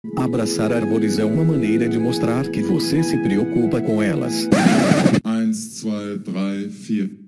Abraçar árvores é uma maneira de mostrar que você se preocupa com elas. 1, 2, 3, 4.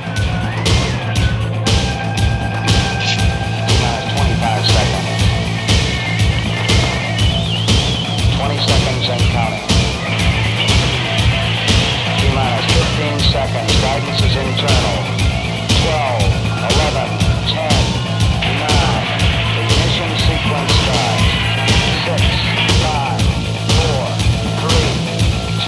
Guidance is internal. 12, 11, 10, 9. Ignition sequence start. 6, 5, 4, 3,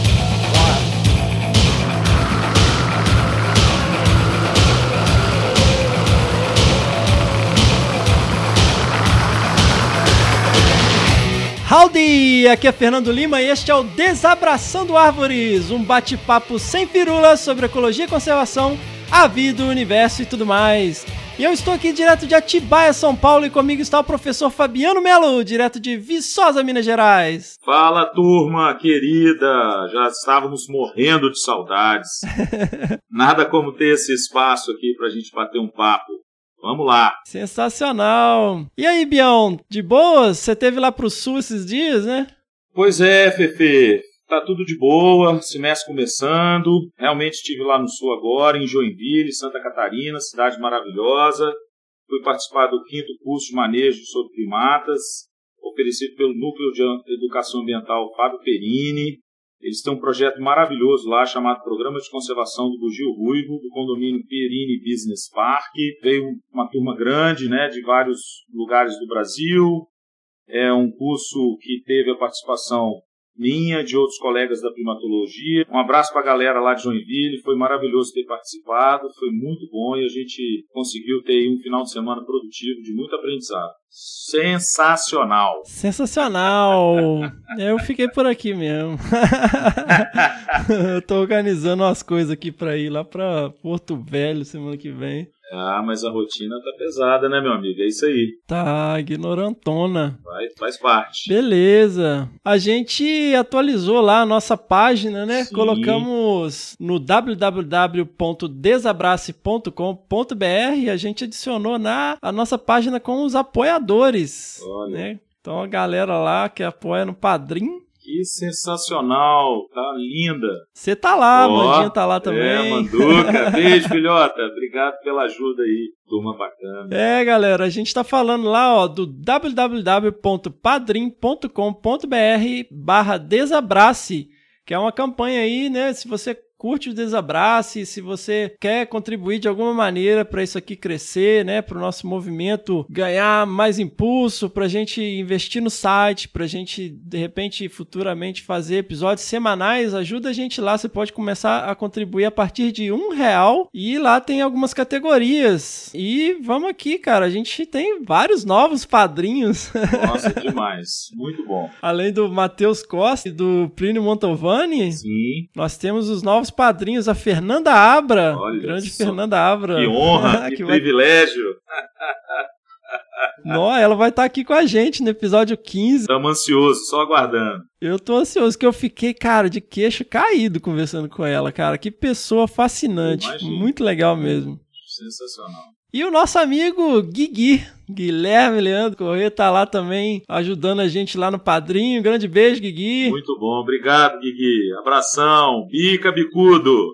2, 1. Howdy! Aqui é Fernando Lima e este é o Desabraçando Árvores, um bate-papo sem firulas sobre ecologia e conservação, a vida, o universo e tudo mais. E eu estou aqui direto de Atibaia, São Paulo, e comigo está o professor Fabiano Melo, direto de Viçosa, Minas Gerais. Fala, turma querida! Já estávamos morrendo de saudades. Nada como ter esse espaço aqui para a gente bater um papo. Vamos lá. Sensacional. E aí, Bião, de boas? Você esteve lá pro sul esses dias, né? Pois é, Fefe. Tá tudo de boa, semestre começando. Realmente estive lá no sul agora, em Joinville, Santa Catarina, cidade maravilhosa. Fui participar do 5º curso de manejo sobre primatas, oferecido pelo Núcleo de Educação Ambiental Fábio Perini. Eles têm um projeto maravilhoso lá, chamado Programa de Conservação do Bugio Ruivo, do condomínio Perini Business Park. Veio uma turma grande, né, de vários lugares do Brasil. É um curso que teve a participação minha, de outros colegas da primatologia. Um abraço para a galera lá de Joinville, foi maravilhoso ter participado, foi muito bom e a gente conseguiu ter um final de semana produtivo de muito aprendizado. Sensacional! Sensacional! Eu fiquei por aqui mesmo. Eu tô organizando umas coisas aqui para ir lá para Porto Velho semana que vem. Ah, mas a rotina tá pesada, né, meu amigo? É isso aí. Tá, ignorantona. Faz parte. Beleza. A gente atualizou lá a nossa página, né? Sim. Colocamos no www.desabrace.com.br e a gente adicionou a nossa página com os apoiadores. Olha. Né? Então a galera lá que apoia no Padrim. Que sensacional, tá linda. Você tá lá, Mandinha tá lá também. É, Manduca, beijo, filhota. Obrigado pela ajuda aí, turma bacana. É, galera, a gente tá falando lá, ó, do www.padrim.com.br/desabrace, que é uma campanha aí, né, se você curte o Desabrace, se você quer contribuir de alguma maneira para isso aqui crescer, né, para o nosso movimento ganhar mais impulso, para a gente investir no site, para a gente, de repente, futuramente fazer episódios semanais, ajuda a gente lá, você pode começar a contribuir a partir de R$1 e lá tem algumas categorias. E vamos aqui, cara, a gente tem vários novos padrinhos. Nossa, demais, muito bom. Além do Matheus Costa e do Plínio Montovani, sim, nós temos os novos padrinhos, a Fernanda Abra. Olha grande só. Fernanda Abra. Que honra, que privilégio. Não, ela vai estar aqui com a gente no episódio 15. Estamos ansiosos, só aguardando. Eu tô ansioso, que eu fiquei, cara, de queixo caído conversando com ela, cara. Que pessoa fascinante. Imagina. Muito legal mesmo. Sensacional. E o nosso amigo Guilherme Leandro Corrêa, tá lá também ajudando a gente lá no Padrinho. Grande beijo, Guigui. Muito bom, obrigado, Guigui. Abração, bica bicudo.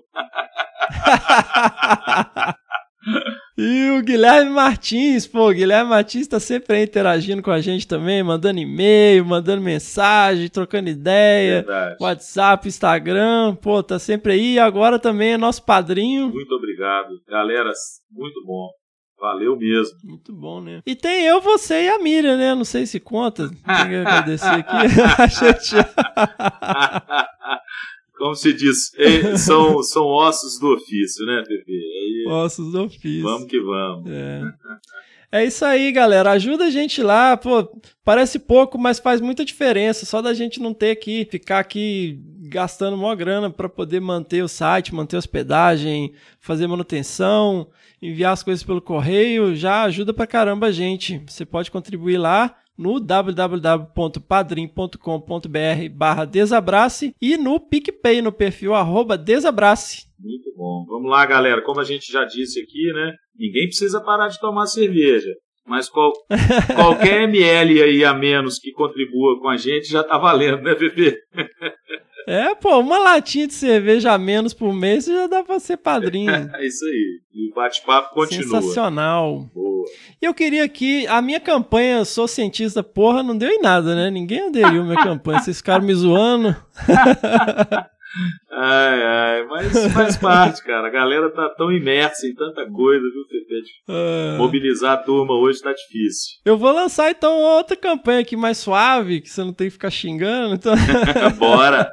E o Guilherme Martins, o Guilherme Martins tá sempre aí interagindo com a gente também, mandando e-mail, mandando mensagem, trocando ideia, Verdade. WhatsApp, Instagram, tá sempre aí. E agora também é nosso padrinho. Muito obrigado, galera, muito bom. Valeu mesmo. Muito bom, né? E tem eu, você e a Miriam, né? Não sei se conta. Tem que agradecer aqui. Como se diz, são ossos do ofício, né, Pepe? Aí, ossos do ofício. Vamos que vamos. É isso aí, galera. Ajuda a gente lá. Parece pouco, mas faz muita diferença. Só da gente não ter que ficar aqui gastando maior grana para poder manter o site, manter a hospedagem, fazer manutenção, enviar as coisas pelo correio, já ajuda pra caramba a gente. Você pode contribuir lá no www.padrim.com.br/desabrace e no PicPay, no perfil @desabrace. Muito bom. Vamos lá, galera. Como a gente já disse aqui, né? Ninguém precisa parar de tomar cerveja. Mas qualquer ml aí a menos que contribua com a gente já tá valendo, né, Pepe? Uma latinha de cerveja a menos por mês já dá pra ser padrinho. É isso aí. E o bate-papo continua. Sensacional. Boa. E eu queria aqui, a minha campanha Sou Cientista, porra, não deu em nada, né? Ninguém aderiu à minha campanha. Vocês ficaram me zoando. Mas faz parte, cara. A galera tá tão imersa em tanta coisa, viu, Pepe? Mobilizar a turma hoje tá difícil. Eu vou lançar, então, outra campanha aqui mais suave, que você não tem que ficar xingando. Então... Bora!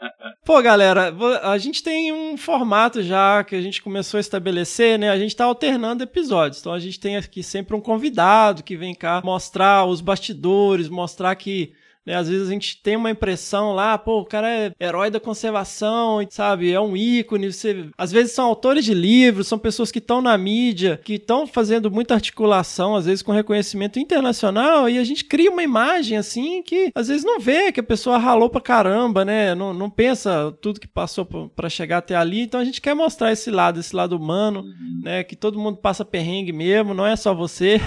Pô, galera, a gente tem um formato já que a gente começou a estabelecer, né? A gente tá alternando episódios. Então, a gente tem aqui sempre um convidado que vem cá mostrar os bastidores, mostrar que... Às vezes a gente tem uma impressão lá, pô, o cara é herói da conservação, sabe? É um ícone. Às vezes são autores de livros, são pessoas que estão na mídia, que estão fazendo muita articulação, às vezes com reconhecimento internacional, e a gente cria uma imagem assim que às vezes não vê que a pessoa ralou pra caramba, né? Não pensa tudo que passou pra chegar até ali. Então a gente quer mostrar esse lado humano, né? Que todo mundo passa perrengue mesmo, não é só você.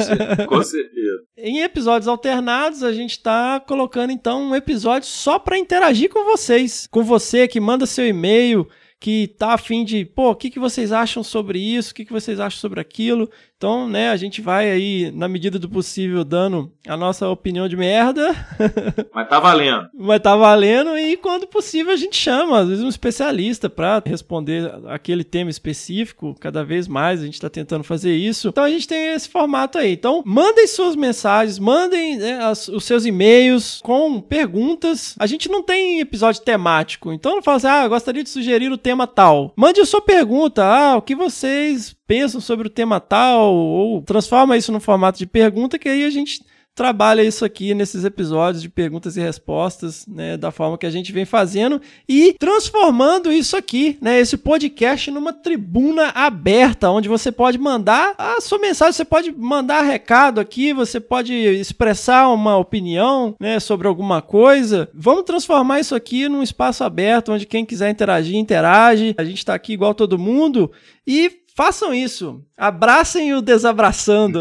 Com certeza. Em episódios alternados, a gente tá colocando então um episódio só para interagir com vocês, com você que manda seu e-mail, que tá a fim de, pô, o que vocês acham sobre isso, o que vocês acham sobre aquilo. Então, né, a gente vai aí, na medida do possível, dando a nossa opinião de merda. Mas tá valendo. Mas tá valendo, e quando possível a gente chama, às vezes, um especialista para responder aquele tema específico. Cada vez mais a gente tá tentando fazer isso. Então a gente tem esse formato aí. Então, mandem suas mensagens, mandem, né, os seus e-mails com perguntas. A gente não tem episódio temático, então não fala assim, eu gostaria de sugerir o tema tal. Mande a sua pergunta, o que vocês pensam sobre o tema tal, ou transforma isso no formato de pergunta, que aí a gente trabalha isso aqui nesses episódios de perguntas e respostas, né, da forma que a gente vem fazendo e transformando isso aqui, né, esse podcast numa tribuna aberta, onde você pode mandar a sua mensagem, você pode mandar recado aqui, você pode expressar uma opinião, né, sobre alguma coisa. Vamos transformar isso aqui num espaço aberto, onde quem quiser interagir, interage. A gente está aqui igual todo mundo e façam isso. Abracem o Desabraçando.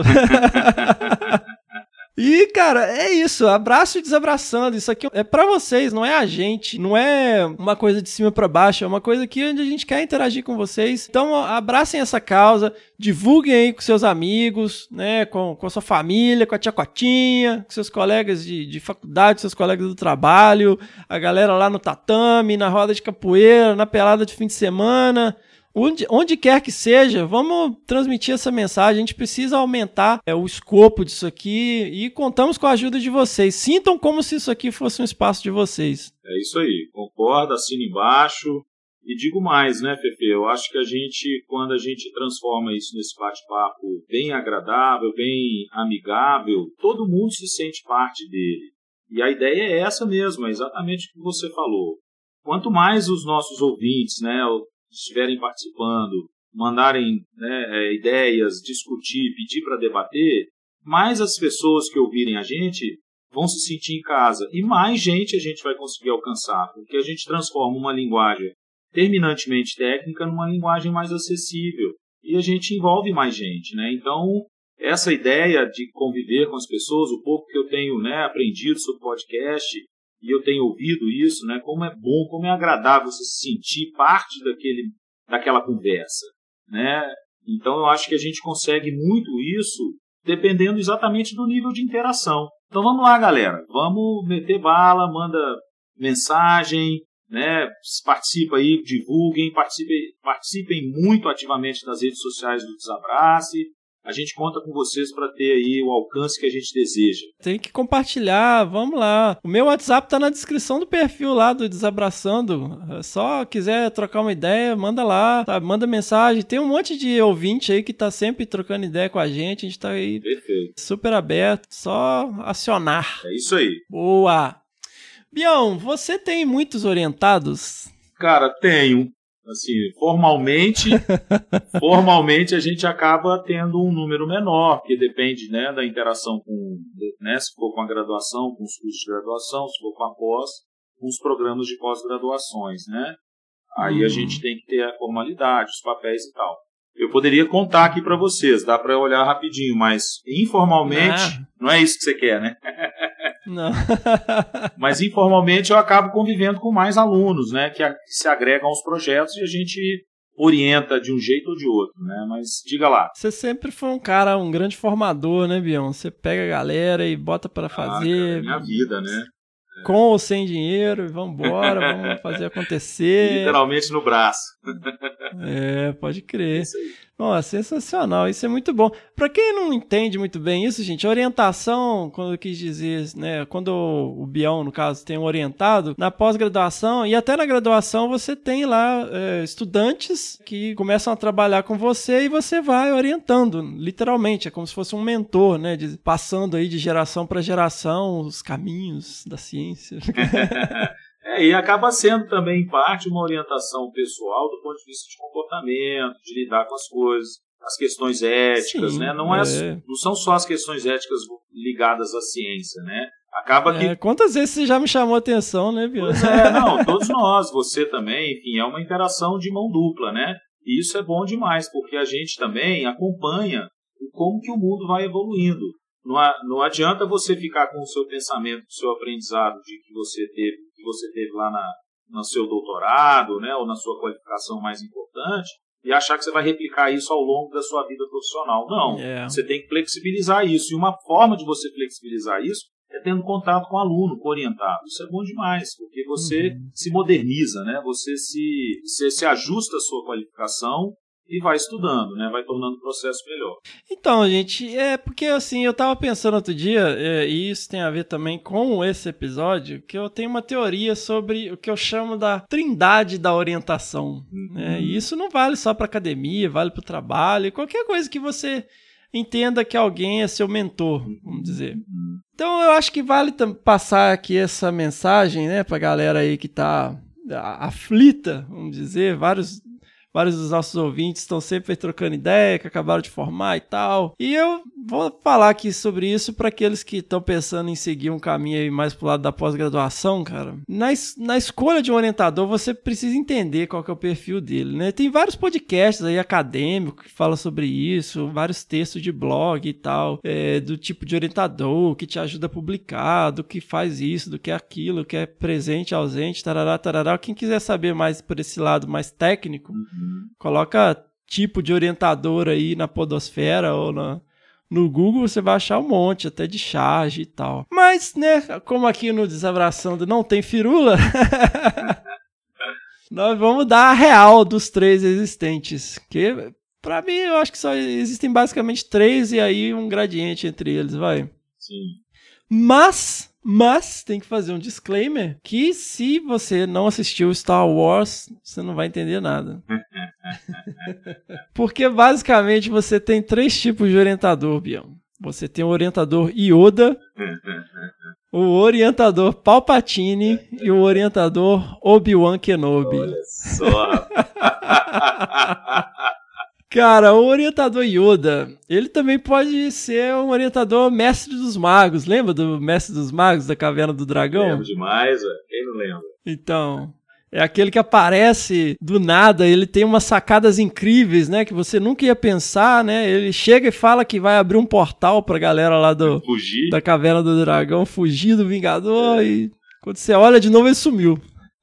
E, cara, é isso, abraço e desabraçando, isso aqui é pra vocês, não é a gente, não é uma coisa de cima pra baixo, é uma coisa aqui onde a gente quer interagir com vocês. Então, abracem essa causa, divulguem aí com seus amigos, né, com a sua família, com a tia Cotinha, com seus colegas de faculdade, seus colegas do trabalho, a galera lá no tatame, na roda de capoeira, na pelada de fim de semana. Onde quer que seja, vamos transmitir essa mensagem. A gente precisa aumentar o escopo disso aqui e contamos com a ajuda de vocês. Sintam como se isso aqui fosse um espaço de vocês. É isso aí, concordo, assina embaixo. E digo mais, né, Fefe? Eu acho que quando a gente transforma isso nesse bate-papo bem agradável, bem amigável, todo mundo se sente parte dele. E a ideia é essa mesmo, é exatamente o que você falou. Quanto mais os nossos ouvintes, né, estiverem participando, mandarem, né, ideias, discutir, pedir para debater, mais as pessoas que ouvirem a gente vão se sentir em casa e mais gente a gente vai conseguir alcançar, porque a gente transforma uma linguagem terminantemente técnica numa linguagem mais acessível e a gente envolve mais gente, né? Então, essa ideia de conviver com as pessoas, o pouco que eu tenho, né, aprendido sobre podcast, e eu tenho ouvido isso, né? Como é bom, como é agradável você se sentir parte daquela conversa, né? Então, eu acho que a gente consegue muito isso dependendo exatamente do nível de interação. Então, vamos lá, galera. Vamos meter bala, manda mensagem, né? Participa aí, divulguem, participem muito ativamente das redes sociais do Desabrace. A gente conta com vocês para ter aí o alcance que a gente deseja. Tem que compartilhar, vamos lá. O meu WhatsApp tá na descrição do perfil lá do Desabraçando. Só quiser trocar uma ideia, manda lá, tá? Manda mensagem. Tem um monte de ouvinte aí que tá sempre trocando ideia com a gente tá aí. Perfeito. Super aberto, só acionar. É isso aí. Boa! Bião, você tem muitos orientados? Cara, tenho. Assim, formalmente a gente acaba tendo um número menor, que depende, né, da interação com, né, se for com a graduação, com os cursos de graduação, se for com a pós, com os programas de pós-graduações, né? Aí a gente tem que ter a formalidade, os papéis e tal. Eu poderia contar aqui para vocês, dá para olhar rapidinho, mas informalmente, não é isso que você quer, né? Não. Mas informalmente eu acabo convivendo com mais alunos, né, que se agregam aos projetos e a gente orienta de um jeito ou de outro, né? Mas diga lá. Você sempre foi um grande formador, né, Bião? Você pega a galera e bota para fazer. Cara, é minha vida, né? Com ou sem dinheiro, vambora, vamos fazer acontecer. Literalmente no braço. Pode crer. Isso aí. Nossa, sensacional, isso é muito bom. Pra quem não entende muito bem isso, gente, orientação, quando eu quis dizer, né, quando o Bião, no caso, tem um orientado, na pós-graduação e até na graduação você tem lá estudantes que começam a trabalhar com você e você vai orientando, literalmente, é como se fosse um mentor, né, passando aí de geração para geração os caminhos da ciência. E acaba sendo também, em parte, uma orientação pessoal do ponto de vista de comportamento, de lidar com as coisas, as questões éticas, né? Não são só as questões éticas ligadas à ciência, né? Acaba que... Quantas vezes você já me chamou a atenção, né, Bião? Pois não, todos nós, você também, enfim, é uma interação de mão dupla, né? E isso é bom demais, porque a gente também acompanha como que o mundo vai evoluindo. Não adianta você ficar com o seu pensamento, com o seu aprendizado de que você teve lá no seu doutorado, né, ou na sua qualificação mais importante, e achar que você vai replicar isso ao longo da sua vida profissional. Não, Você tem que flexibilizar isso. E uma forma de você flexibilizar isso é tendo contato com o aluno, com o orientado. Isso é bom demais, porque você se moderniza, né? Você se ajusta à sua qualificação e vai estudando, né? Vai tornando o processo melhor. Então, gente, porque assim, eu tava pensando outro dia, e isso tem a ver também com esse episódio, que eu tenho uma teoria sobre o que eu chamo da trindade da orientação, né? E isso não vale só para academia, vale para o trabalho, qualquer coisa que você entenda que alguém é seu mentor, vamos dizer. Então, eu acho que vale passar aqui essa mensagem, né, pra galera aí que tá aflita, vamos dizer, vários dos nossos ouvintes estão sempre trocando ideia, que acabaram de formar e tal. E eu vou falar aqui sobre isso para aqueles que estão pensando em seguir um caminho aí mais pro lado da pós-graduação, cara. Na escolha de um orientador, você precisa entender qual que é o perfil dele, né? Tem vários podcasts aí acadêmicos que falam sobre isso, vários textos de blog e tal, do tipo de orientador, que te ajuda a publicar, do que faz isso, do que é aquilo, que é presente, ausente, tarará, tarará. Quem quiser saber mais por esse lado mais técnico, coloca tipo de orientador aí na podosfera ou no Google, você vai achar um monte, até de charge e tal. Mas, né, como aqui no Desabraçando não tem firula, nós vamos dar a real dos 3 existentes. Que, pra mim, eu acho que só existem basicamente 3 e aí um gradiente entre eles, vai. Sim. Mas tem que fazer um disclaimer que se você não assistiu Star Wars, você não vai entender nada. Porque basicamente você tem 3 tipos de orientador, Bião. Você tem o orientador Yoda, o orientador Palpatine e o orientador Obi-Wan Kenobi. Olha só. Cara, o orientador Yoda, ele também pode ser um orientador Mestre dos Magos. Lembra do Mestre dos Magos, da Caverna do Dragão? Lembro demais, velho. Quem não lembra? Então, é aquele que aparece do nada, ele tem umas sacadas incríveis, né, que você nunca ia pensar, né? Ele chega e fala que vai abrir um portal pra galera lá da Caverna do Dragão fugir do Vingador e quando você olha de novo ele sumiu.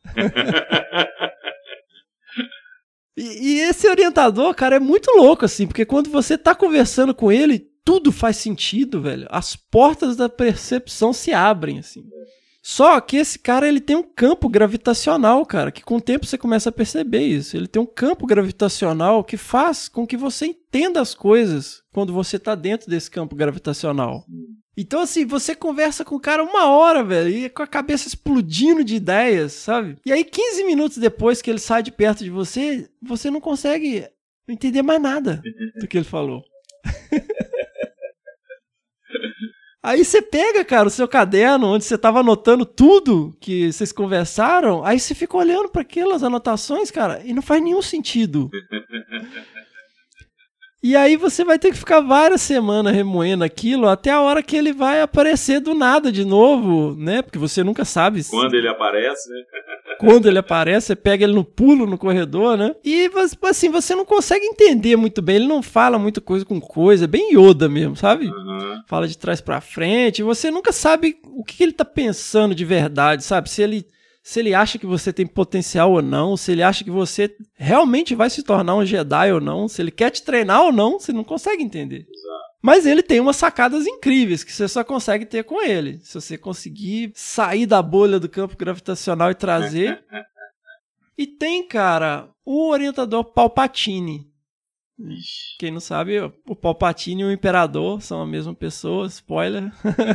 E esse orientador, cara, é muito louco, assim, porque quando você tá conversando com ele, tudo faz sentido, velho. As portas da percepção se abrem, assim. Só que esse cara, ele tem um campo gravitacional, cara, que com o tempo você começa a perceber isso. Ele tem um campo gravitacional que faz com que você entenda as coisas quando você tá dentro desse campo gravitacional. Então, assim, você conversa com o cara 1 hora, velho, e com a cabeça explodindo de ideias, sabe? E aí, 15 minutos depois que ele sai de perto de você, você não consegue entender mais nada do que ele falou. Aí você pega, cara, o seu caderno, onde você tava anotando tudo que vocês conversaram, aí você fica olhando para aquelas anotações, cara, e não faz nenhum sentido. E aí você vai ter que ficar várias semanas remoendo aquilo até a hora que ele vai aparecer do nada de novo, né? Porque você nunca sabe. Quando ele aparece, né? quando ele aparece, você pega ele no pulo no corredor, né? E, assim, você não consegue entender muito bem, ele não fala muita coisa com coisa, é bem Yoda mesmo, sabe? Fala de trás pra frente, e você nunca sabe o que ele tá pensando de verdade, sabe? Se ele acha que você tem potencial ou não, se ele acha que você realmente vai se tornar um Jedi ou não, se ele quer te treinar ou não, você não consegue entender. Exato. Mas ele tem umas sacadas incríveis que você só consegue ter com ele. Se você conseguir sair da bolha do campo gravitacional e trazer. E tem, cara, o orientador Palpatine. Quem não sabe, o Palpatine e o Imperador são a mesma pessoa, spoiler.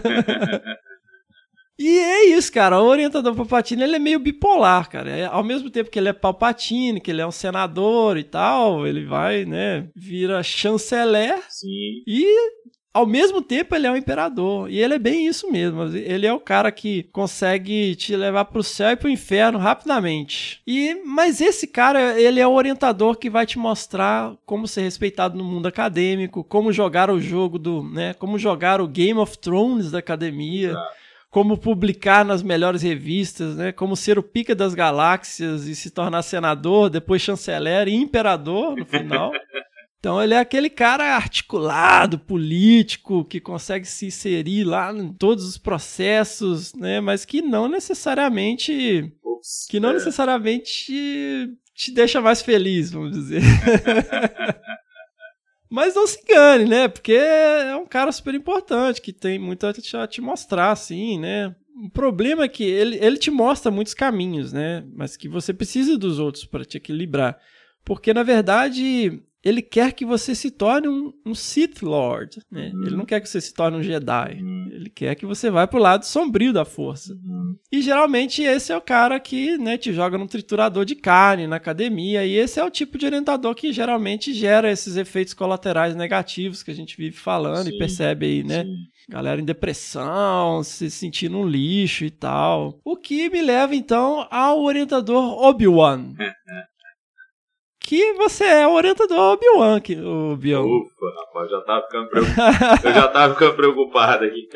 E é isso, cara, o orientador Palpatine, ele é meio bipolar, cara, ao mesmo tempo que ele é Palpatine, que ele é um senador e tal, ele vai, né, vira chanceler. Sim. E ao mesmo tempo ele é um imperador, e ele é bem isso mesmo, ele é o cara que consegue te levar pro céu e pro inferno rapidamente. Mas esse cara, ele é o orientador que vai te mostrar como ser respeitado no mundo acadêmico, como jogar o jogo como jogar o Game of Thrones da academia, como publicar nas melhores revistas, né? Como ser o pica das galáxias e se tornar senador, depois chanceler e imperador no final. Então ele é aquele cara articulado, político, que consegue se inserir lá em todos os processos, né? Mas que não necessariamente te deixa mais feliz, vamos dizer. Mas não se engane, né? Porque é um cara super importante, que tem muito a te mostrar, assim, né? O problema é que ele te mostra muitos caminhos, né? Mas que você precisa dos outros para te equilibrar. Porque, na verdade, ele quer que você se torne um Sith Lord, né? Ele não quer que você se torne um Jedi. Ele quer que você vá pro lado sombrio da força. E, geralmente, esse é o cara que, né, te joga num triturador de carne na academia. E esse é o tipo de orientador que, geralmente, gera esses efeitos colaterais negativos que a gente vive falando e percebe aí, né? Sim. Galera em depressão, se sentindo um lixo e tal. O que me leva, então, ao orientador Obi-Wan. Que você é o orientador Obi-Wan, o Bião. Ufa, rapaz, eu já tava ficando preocupado aqui.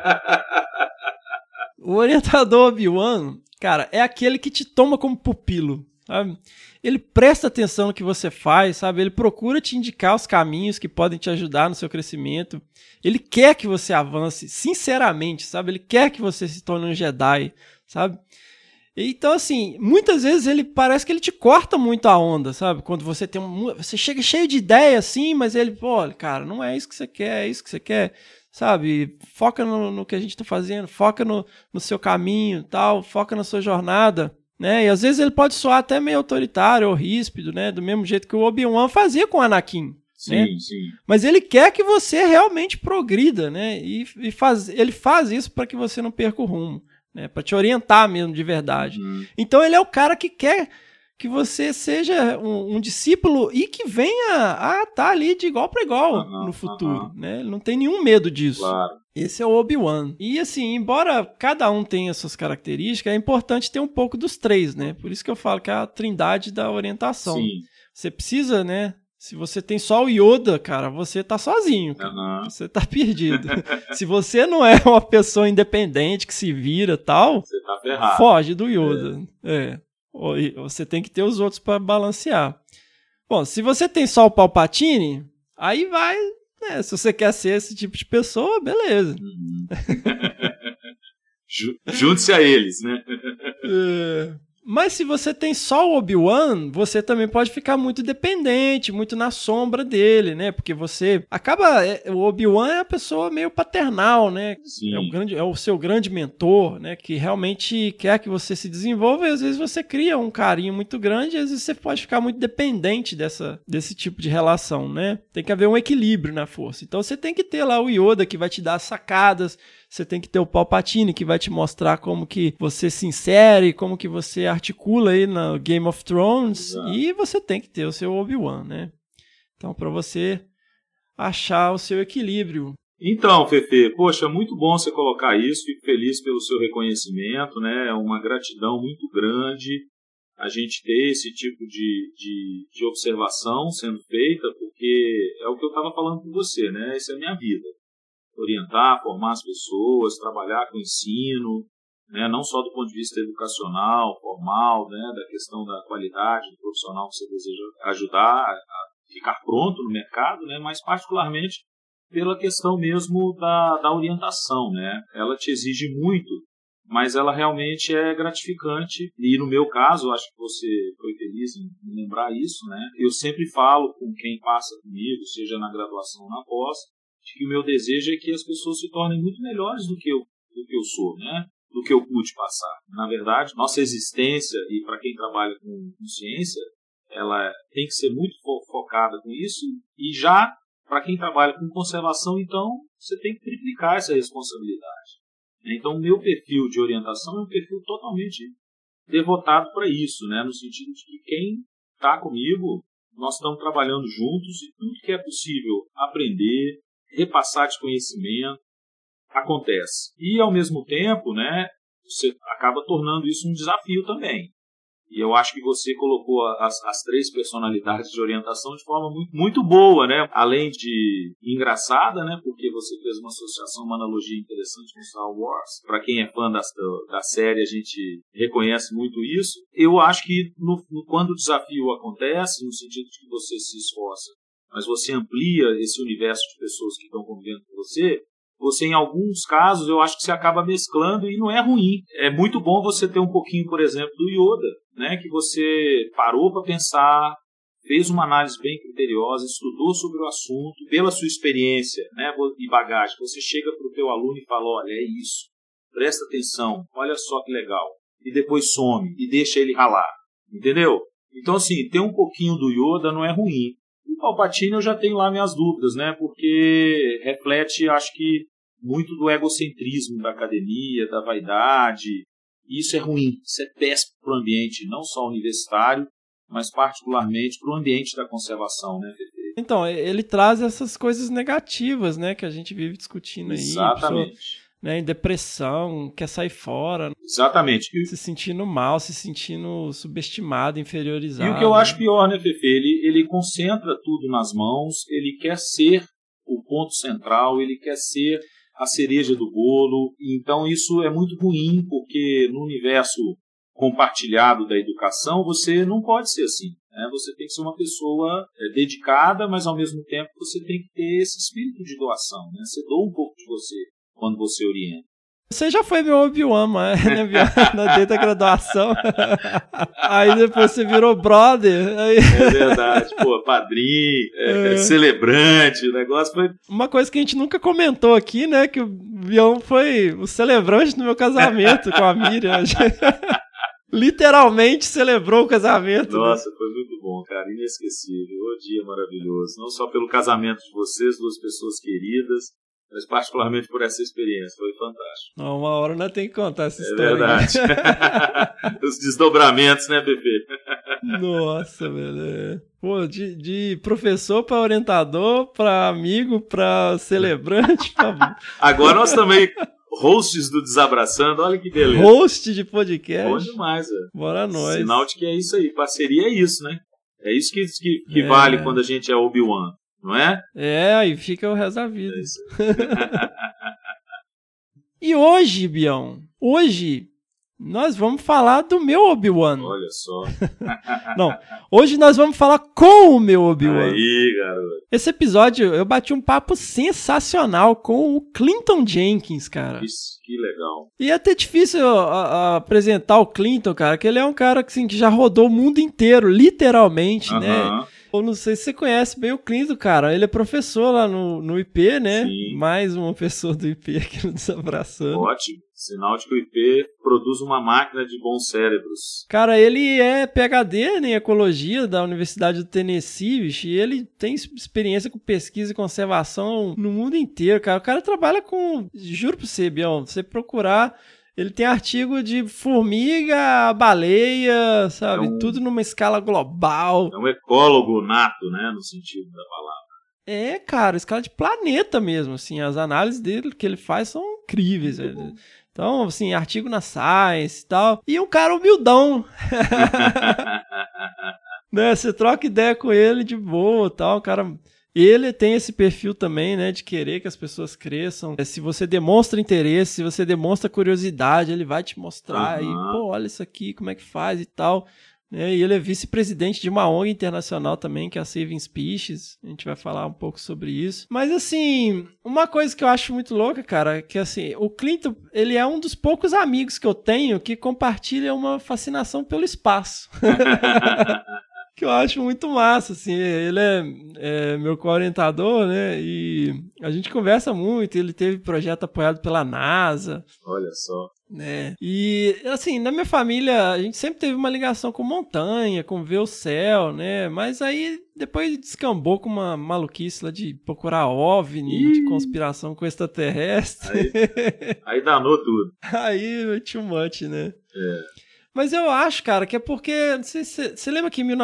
O orientador Obi-Wan, cara, é aquele que te toma como pupilo, sabe? Ele presta atenção no que você faz, sabe? Ele procura te indicar os caminhos que podem te ajudar no seu crescimento. Ele quer que você avance, sinceramente, sabe? Ele quer que você se torne um Jedi, sabe? Então, assim, muitas vezes ele parece que ele te corta muito a onda, sabe? Quando você você chega cheio de ideia, assim, mas ele, pô, cara, não é isso que você quer, é isso que você quer, sabe? Foca no que a gente tá fazendo, foca no seu caminho, tal, foca na sua jornada, né? E às vezes ele pode soar até meio autoritário ou ríspido, né? Do mesmo jeito que o Obi-Wan fazia com o Anakin. Sim, né? sim. Mas ele quer que você realmente progrida, né? E ele faz isso para que você não perca o rumo. Né, para te orientar mesmo de verdade. Então ele é o cara que quer que você seja um discípulo e que venha a estar ali de igual para igual no futuro. Né? Ele não tem nenhum medo disso. Claro. Esse é o Obi-Wan. E assim, embora cada um tenha suas características, é importante ter um pouco dos três, né? Por isso que eu falo que é a trindade da orientação. Sim. Você precisa, né? Se você tem só o Yoda, cara, você tá sozinho, cara. Você tá perdido. Se você não é uma pessoa independente que se vira e tal, você tá ferrado. Foge do Yoda. Você tem que ter os outros para balancear. Bom, se você tem só o Palpatine, aí vai, né? Se você quer ser esse tipo de pessoa, beleza. Junte-se a eles, né? Mas se você tem só o Obi-Wan, você também pode ficar muito dependente, muito na sombra dele, né? Porque você acaba... O Obi-Wan é a pessoa meio paternal, né? Sim. É o seu grande mentor, né? Que realmente quer que você se desenvolva e às vezes você cria um carinho muito grande e às vezes você pode ficar muito dependente desse tipo de relação, né? Tem que haver um equilíbrio na força. Então você tem que ter lá o Yoda que vai te dar sacadas, você tem que ter o Palpatine que vai te mostrar como que você se insere, como que você articula aí no Game of Thrones. Exato. E você tem que ter o seu Obi-Wan, né? Então, para você achar o seu equilíbrio. Então, Fefe, poxa, muito bom você colocar isso, fico feliz pelo seu reconhecimento, né? É uma gratidão muito grande a gente ter esse tipo de observação sendo feita, porque é o que eu estava falando com você, né? Essa é a minha vida. Orientar, formar as pessoas, trabalhar com ensino, né, não só do ponto de vista educacional, formal, né, da questão da qualidade do profissional que você deseja ajudar a ficar pronto no mercado, né, mas particularmente pela questão mesmo da orientação, né? Ela te exige muito, mas ela realmente é gratificante. E no meu caso, acho que você foi feliz em lembrar isso, né? Eu sempre falo com quem passa comigo, seja na graduação ou na pós, de que o meu desejo é que as pessoas se tornem muito melhores do que eu sou, né? Do que eu pude passar. Na verdade, nossa existência, e para quem trabalha com ciência, ela tem que ser muito focada com isso, e já para quem trabalha com conservação, então, você tem que triplicar essa responsabilidade. Então, o meu perfil de orientação é um perfil totalmente devotado para isso, né? No sentido de que quem está comigo, nós estamos trabalhando juntos e tudo que é possível aprender, repassar de conhecimento, acontece. E, ao mesmo tempo, né, você acaba tornando isso um desafio também. E eu acho que você colocou as 3 personalidades de orientação de forma muito, muito boa, né? Além de engraçada, né? Porque você fez uma associação, uma analogia interessante com Star Wars. Para quem é fã da série, a gente reconhece muito isso. Eu acho que quando o desafio acontece, no sentido de que você se esforça, mas você amplia esse universo de pessoas que estão convivendo com você, em alguns casos, eu acho que você acaba mesclando e não é ruim. É muito bom você ter um pouquinho, por exemplo, do Yoda, né, que você parou para pensar, fez uma análise bem criteriosa, estudou sobre o assunto, pela sua experiência, né, e bagagem, você chega para o teu aluno e fala, olha, é isso, presta atenção, olha só que legal, e depois some e deixa ele ralar, entendeu? Então, assim, ter um pouquinho do Yoda não é ruim. O Palpatine eu já tenho lá minhas dúvidas, né, porque reflete, acho que, muito do egocentrismo da academia, da vaidade. Isso é ruim, isso é péssimo para o ambiente, não só universitário, mas particularmente para o ambiente da conservação, né, Fefe? Então, ele traz essas coisas negativas, né, que a gente vive discutindo aí. Exatamente. Pessoa, né, em depressão, quer sair fora. Exatamente. Se sentindo mal, se sentindo subestimado, inferiorizado. E o que eu acho pior, né, Fefe? Ele concentra tudo nas mãos, ele quer ser o ponto central, ele quer ser a cereja do bolo. Então isso é muito ruim, porque no universo compartilhado da educação você não pode ser assim, né? Você tem que ser uma pessoa dedicada, mas ao mesmo tempo você tem que ter esse espírito de doação, né? Você doa um pouco de você quando você orienta. Você já foi meu Obi-Wan, né, dentro da graduação. Aí depois você virou brother. Aí... É verdade, pô, padrinho, celebrante, o negócio foi... Uma coisa que a gente nunca comentou aqui, né, que o Bião foi o celebrante do meu casamento com a Miriam. Literalmente celebrou o casamento. Nossa, né? Foi muito bom, cara, inesquecível. O dia maravilhoso, não só pelo casamento de vocês, 2 pessoas queridas, mas particularmente por essa experiência, foi fantástico. Não, uma hora nós temos que contar essa história. É verdade. Os desdobramentos, né, Pepe? Nossa, velho. Pô, de professor para orientador, para amigo, para celebrante. Agora nós também, hosts do Desabraçando, olha que beleza. Host de podcast. Bom demais, velho. Bora nós. Sinal de que é isso aí. Parceria é isso, né? É isso que vale quando a gente é Obi-Wan. Não é? Aí fica o resto da vida. É isso. E hoje, Bião, nós vamos falar do meu Obi-Wan. Olha só. Não, hoje nós vamos falar com o meu Obi-Wan. Aí, garoto. Esse episódio eu bati um papo sensacional com o Clinton Jenkins, cara. Isso, que legal. E é até difícil apresentar o Clinton, cara, que ele é um cara assim, que já rodou o mundo inteiro, literalmente, né? Eu não sei se você conhece bem o Clinton, cara. Ele é professor lá no IP, né? Sim. Mais uma pessoa do IP aqui no Desabraçando. Ótimo. Sinal de que o IP produz uma máquina de bons cérebros. Cara, ele é PhD, né, em ecologia da Universidade do Tennessee, bicho, e ele tem experiência com pesquisa e conservação no mundo inteiro, cara. O cara trabalha com... Juro pra você, Bião, você procurar... Ele tem artigo de formiga, baleia, sabe? Tudo numa escala global. É um ecólogo nato, né? No sentido da palavra. Cara, escala de planeta mesmo, assim. As análises dele que ele faz são incríveis. Então, assim, artigo na Science e tal. E um cara humildão. Né? Você troca ideia com ele de boa e tal. Um cara Ele tem esse perfil também, né, de querer que as pessoas cresçam. Se você demonstra interesse, se você demonstra curiosidade, ele vai te mostrar aí, pô, olha isso aqui, como é que faz e tal. E ele é vice-presidente de uma ONG internacional também, que é a Saving Species. A gente vai falar um pouco sobre isso. Mas, assim, uma coisa que eu acho muito louca, cara, é que, assim, o Clinton, ele é um dos poucos amigos que eu tenho que compartilha uma fascinação pelo espaço. Que eu acho muito massa, assim, ele é meu co-orientador, né, e a gente conversa muito, ele teve projeto apoiado pela NASA. Olha só. Né, e, assim, na minha família, a gente sempre teve uma ligação com montanha, com ver o céu, né, mas aí depois descambou com uma maluquice lá de procurar OVNI, de conspiração com extraterrestre. Aí danou tudo. Aí, too much, né. Mas eu acho, cara, que é porque... Não sei se você lembra que em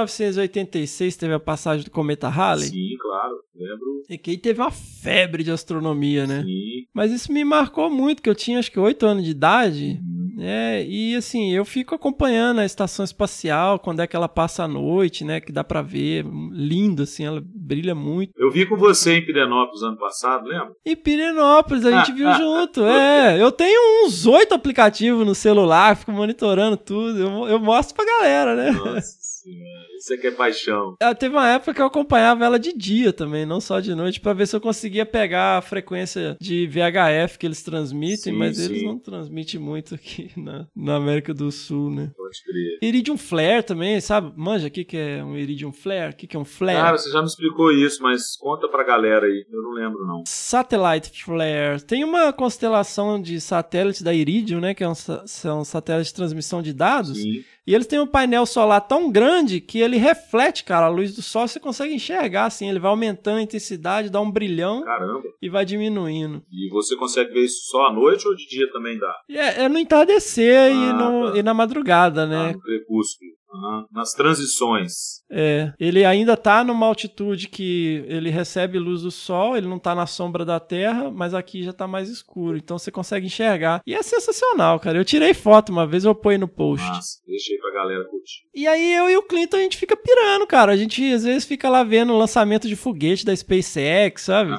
1986 teve a passagem do cometa Halley? Sim, claro, lembro. E que aí teve uma febre de astronomia, né? Sim. Mas isso me marcou muito, que eu tinha acho que 8 anos de idade, né? E assim, eu fico acompanhando a estação espacial, quando é que ela passa à noite, né? Que dá pra ver, lindo, assim, ela brilha muito. Eu vi com você em Pirenópolis ano passado, lembra? Em Pirenópolis, a gente viu junto. Eu tenho uns 8 aplicativos no celular, fico monitorando tudo. Eu mostro pra galera, né? Nossa senhora, isso aqui é paixão. Teve uma época que eu acompanhava ela de dia também, não só de noite, pra ver se eu conseguia pegar a frequência de VHF que eles transmitem, mas eles não transmitem muito aqui na América do Sul, né? Pode crer. Iridium Flare também, sabe? Manja, o que é um Iridium Flare? O que é um flare? Cara, você já me explicou isso, mas conta pra galera aí, eu não lembro não. Satellite Flare. Tem uma constelação de satélites da Iridium, né? Que são satélites de transmissão de dados. Sim. E eles têm um painel solar tão grande que ele reflete, cara, a luz do sol, você consegue enxergar, assim, ele vai aumentando a intensidade, dá um brilhão. Caramba. E vai diminuindo. E você consegue ver isso só à noite ou de dia também dá? É no entardecer e na madrugada, né? No crepúsculo. Nas transições. Ele ainda tá numa altitude que ele recebe luz do sol, ele não tá na sombra da terra, mas aqui já tá mais escuro, então você consegue enxergar. E é sensacional, cara. Eu tirei foto uma vez, eu ponho no post. Nossa, deixa aí pra galera curtir. E aí eu e o Clinton, a gente fica pirando, cara. A gente às vezes fica lá vendo o lançamento de foguete da SpaceX, sabe?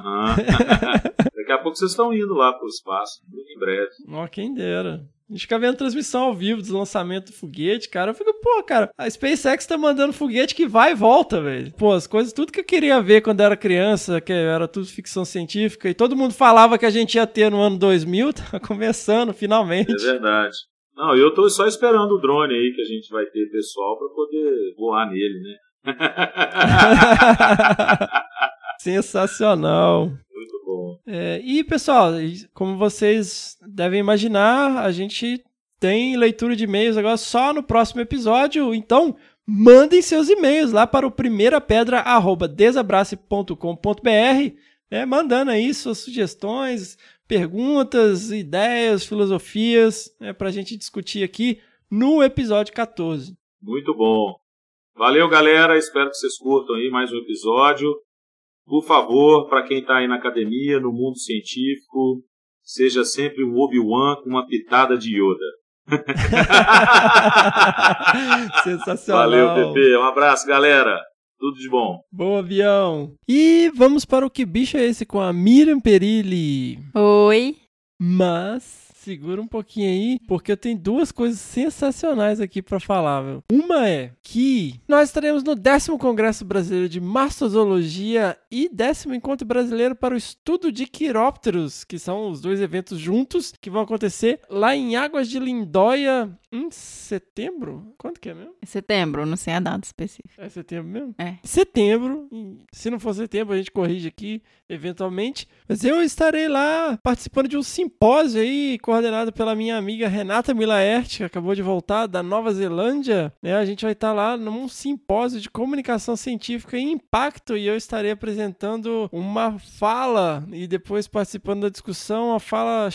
Daqui a pouco vocês estão indo lá pro espaço, muito em breve. Ó, quem dera. A gente fica vendo transmissão ao vivo dos lançamentos do foguete, cara. Eu fico, pô, cara, a SpaceX tá mandando foguete que vai e volta, velho. Pô, as coisas, tudo que eu queria ver quando era criança, que era tudo ficção científica, e todo mundo falava que a gente ia ter no ano 2000, tá começando, finalmente. É verdade. Não, eu tô só esperando o drone aí, que a gente vai ter pessoal pra poder voar nele, né? Sensacional. Muito bom. E, pessoal, como vocês devem imaginar, a gente tem leitura de e-mails agora só no próximo episódio, então mandem seus e-mails lá para o primeirapedra@desabrace.com.br, mandando aí suas sugestões, perguntas, ideias, filosofias, para a gente discutir aqui no episódio 14. Muito bom. Valeu, galera. Espero que vocês curtam aí mais um episódio. Por favor, para quem está aí na academia, no mundo científico, seja sempre um Obi-Wan com uma pitada de Yoda. Sensacional. Valeu, Pepe. Um abraço, galera. Tudo de bom. Bom avião. E vamos para o Que Bicho é Esse com a Miriam Perilli. Oi. Mas segura um pouquinho aí, porque eu tenho duas coisas sensacionais aqui para falar, viu? Uma é que nós estaremos no 10º Congresso Brasileiro de Mastozoologia e 10º Encontro Brasileiro para o Estudo de Quirópteros, que são os dois eventos juntos, que vão acontecer lá em Águas de Lindóia em setembro? Quanto que é mesmo? É setembro, não sei a data específica. É setembro mesmo? É. Setembro. Se não for setembro, a gente corrige aqui, eventualmente. Mas eu estarei lá participando de um simpósio aí, coordenado pela minha amiga Renata Milaert, que acabou de voltar da Nova Zelândia. A gente vai estar lá num simpósio de comunicação científica e impacto, e eu estarei apresentando uma fala e depois participando da discussão, uma fala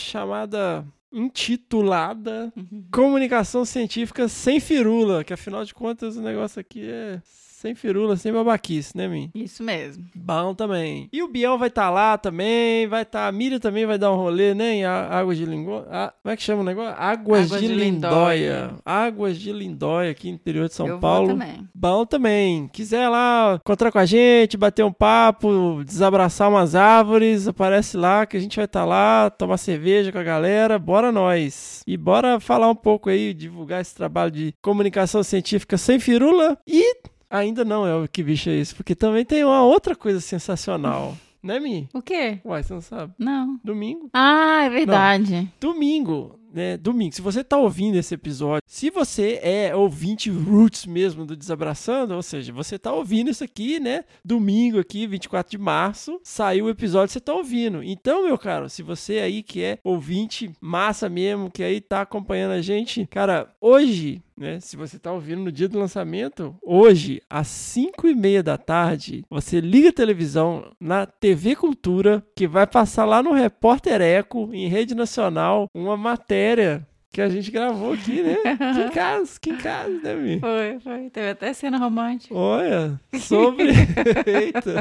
intitulada Comunicação Científica Sem Firula, que afinal de contas o negócio aqui é Sem firula, sem babaquice, né, Min? Isso mesmo. Bom também. E o Biel vai estar lá também, a Miriam também vai dar um rolê, né, em Águas de Lindóia. Como é que chama o negócio? Águas de Lindóia. Águas de Lindóia, aqui no interior de São Paulo. Vou também. Bom também. Quiser lá encontrar com a gente, bater um papo, desabraçar umas árvores, aparece lá que a gente vai estar lá, tomar cerveja com a galera, bora nós. E bora falar um pouco aí, divulgar esse trabalho de comunicação científica sem firula e... Ainda não é o Que Bicho é Esse, porque também tem uma outra coisa sensacional. Né, Mi? O quê? Uai, você não sabe? Não. Domingo. Ah, é verdade. Domingo, né? Domingo. Se você tá ouvindo esse episódio, se você é ouvinte roots mesmo do Desabraçando, ou seja, você tá ouvindo isso aqui, né? Domingo aqui, 24 de março, saiu o episódio, você tá ouvindo. Então, meu caro, se você aí que é ouvinte massa mesmo, que aí tá acompanhando a gente, cara, hoje... Né? Se você está ouvindo no dia do lançamento, hoje, às 5:30 da tarde, você liga a televisão na TV Cultura, que vai passar lá no Repórter Eco, em rede nacional, uma matéria que a gente gravou aqui, né? Que em casa, né, Mi? Foi. Teve até cena romântica. Olha, sobre... Eita!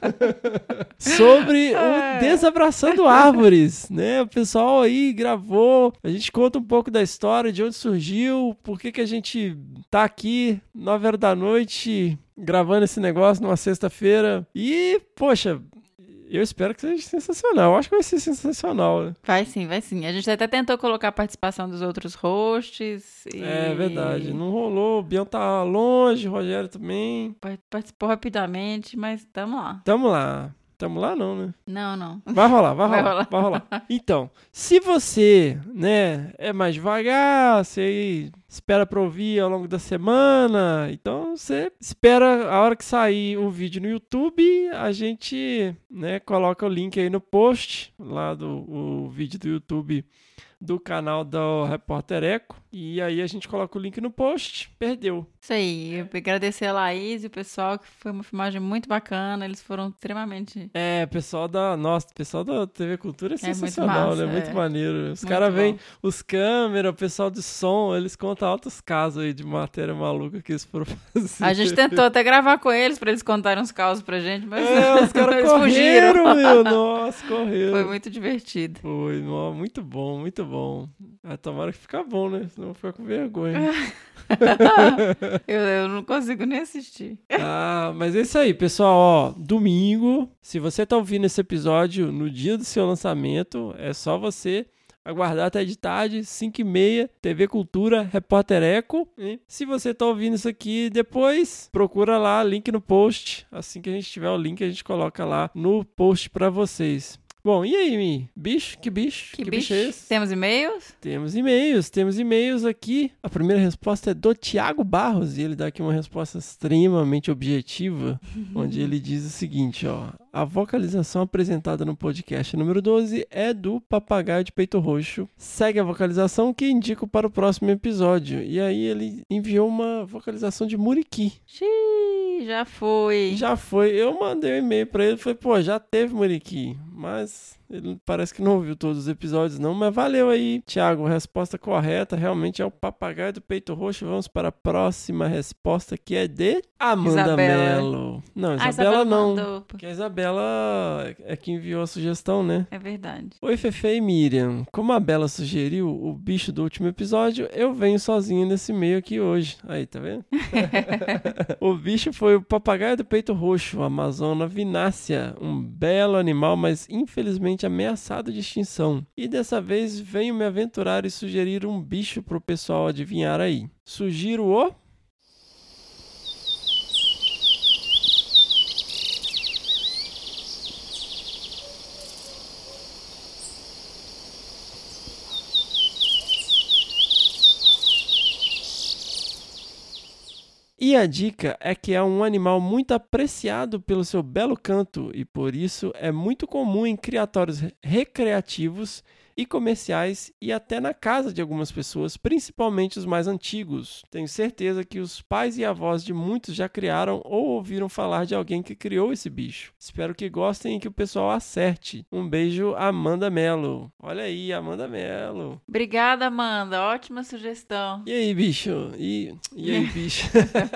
Sobre o Desabraçando Árvores, né? O pessoal aí gravou, a gente conta um pouco da história, de onde surgiu, por que a gente tá aqui 9h da noite gravando esse negócio numa sexta-feira. E, poxa... Eu espero que seja sensacional. Eu acho que vai ser sensacional, né? Vai sim. A gente até tentou colocar a participação dos outros hosts. É verdade. Não rolou. O Bião tá longe, o Rogério também. Participou rapidamente, mas tamo lá. Tamo lá não, né? Não. Vai rolar. Então, se você, né, é mais devagar, você espera pra ouvir ao longo da semana, então você espera a hora que sair o vídeo no YouTube, a gente, né, coloca o link aí no post, lá o vídeo do YouTube do canal do Repórter Eco, e aí a gente coloca o link no post, perdeu. Isso aí, eu agradecer a Laís e o pessoal, que foi uma filmagem muito bacana, eles foram extremamente... pessoal da TV Cultura é sensacional, muito massa, né? Muito maneiro. Os caras vêm, os câmeras, o pessoal de som, eles contam altos casos aí de matéria maluca que eles foram fazer. A gente tentou até gravar com eles pra eles contarem uns causos pra gente, mas os caras correram, meu, nossa, correram. Foi muito divertido. Foi, muito bom, muito bom. Tomara que fica bom, né? Senão fica com vergonha. Eu não consigo nem assistir. Mas é isso aí, pessoal, ó, domingo, se você tá ouvindo esse episódio no dia do seu lançamento, é só você aguardar até de tarde, 5:30, TV Cultura, Repórter Eco. E se você tá ouvindo isso aqui depois, procura lá, link no post. Assim que a gente tiver o link, a gente coloca lá no post pra vocês. Bom, e aí, Mi? Bicho? Que bicho? Que bicho é esse? Temos e-mails? Temos e-mails aqui. A primeira resposta é do Thiago Barros, e ele dá aqui uma resposta extremamente objetiva, onde ele diz o seguinte, ó. A vocalização apresentada no podcast número 12 é do Papagaio de Peito Roxo. Segue a vocalização que indico para o próximo episódio. E aí ele enviou uma vocalização de Muriqui. Xiii, já foi. Eu mandei um e-mail pra ele e falei, pô, já teve Muriqui, mas ele parece que não ouviu todos os episódios não, mas valeu aí, Thiago, a resposta correta realmente é o Papagaio do Peito Roxo. Vamos para a próxima resposta, que é de Amanda Isabela. Mello. Não, Isabela não, mandou. porque a Isabela é que enviou a sugestão, né? É verdade. Oi, Fefe e Miriam. Como a Bela sugeriu o bicho do último episódio, eu venho sozinho nesse meio aqui hoje. Aí, tá vendo? O bicho foi o Papagaio do Peito Roxo, Amazona vinácea, um belo animal, mas infelizmente ameaçado de extinção. E dessa vez venho me aventurar e sugerir um bicho pro pessoal adivinhar aí. Sugiro o... E a dica é que é um animal muito apreciado pelo seu belo canto e por isso é muito comum em criatórios recreativos e comerciais e até na casa de algumas pessoas, principalmente os mais antigos. Tenho certeza que os pais e avós de muitos já criaram ou ouviram falar de alguém que criou esse bicho. Espero que gostem e que o pessoal acerte. Um beijo, Amanda Mello. Olha aí, Amanda Mello. Obrigada, Amanda. Ótima sugestão. E aí, bicho? E aí, bicho?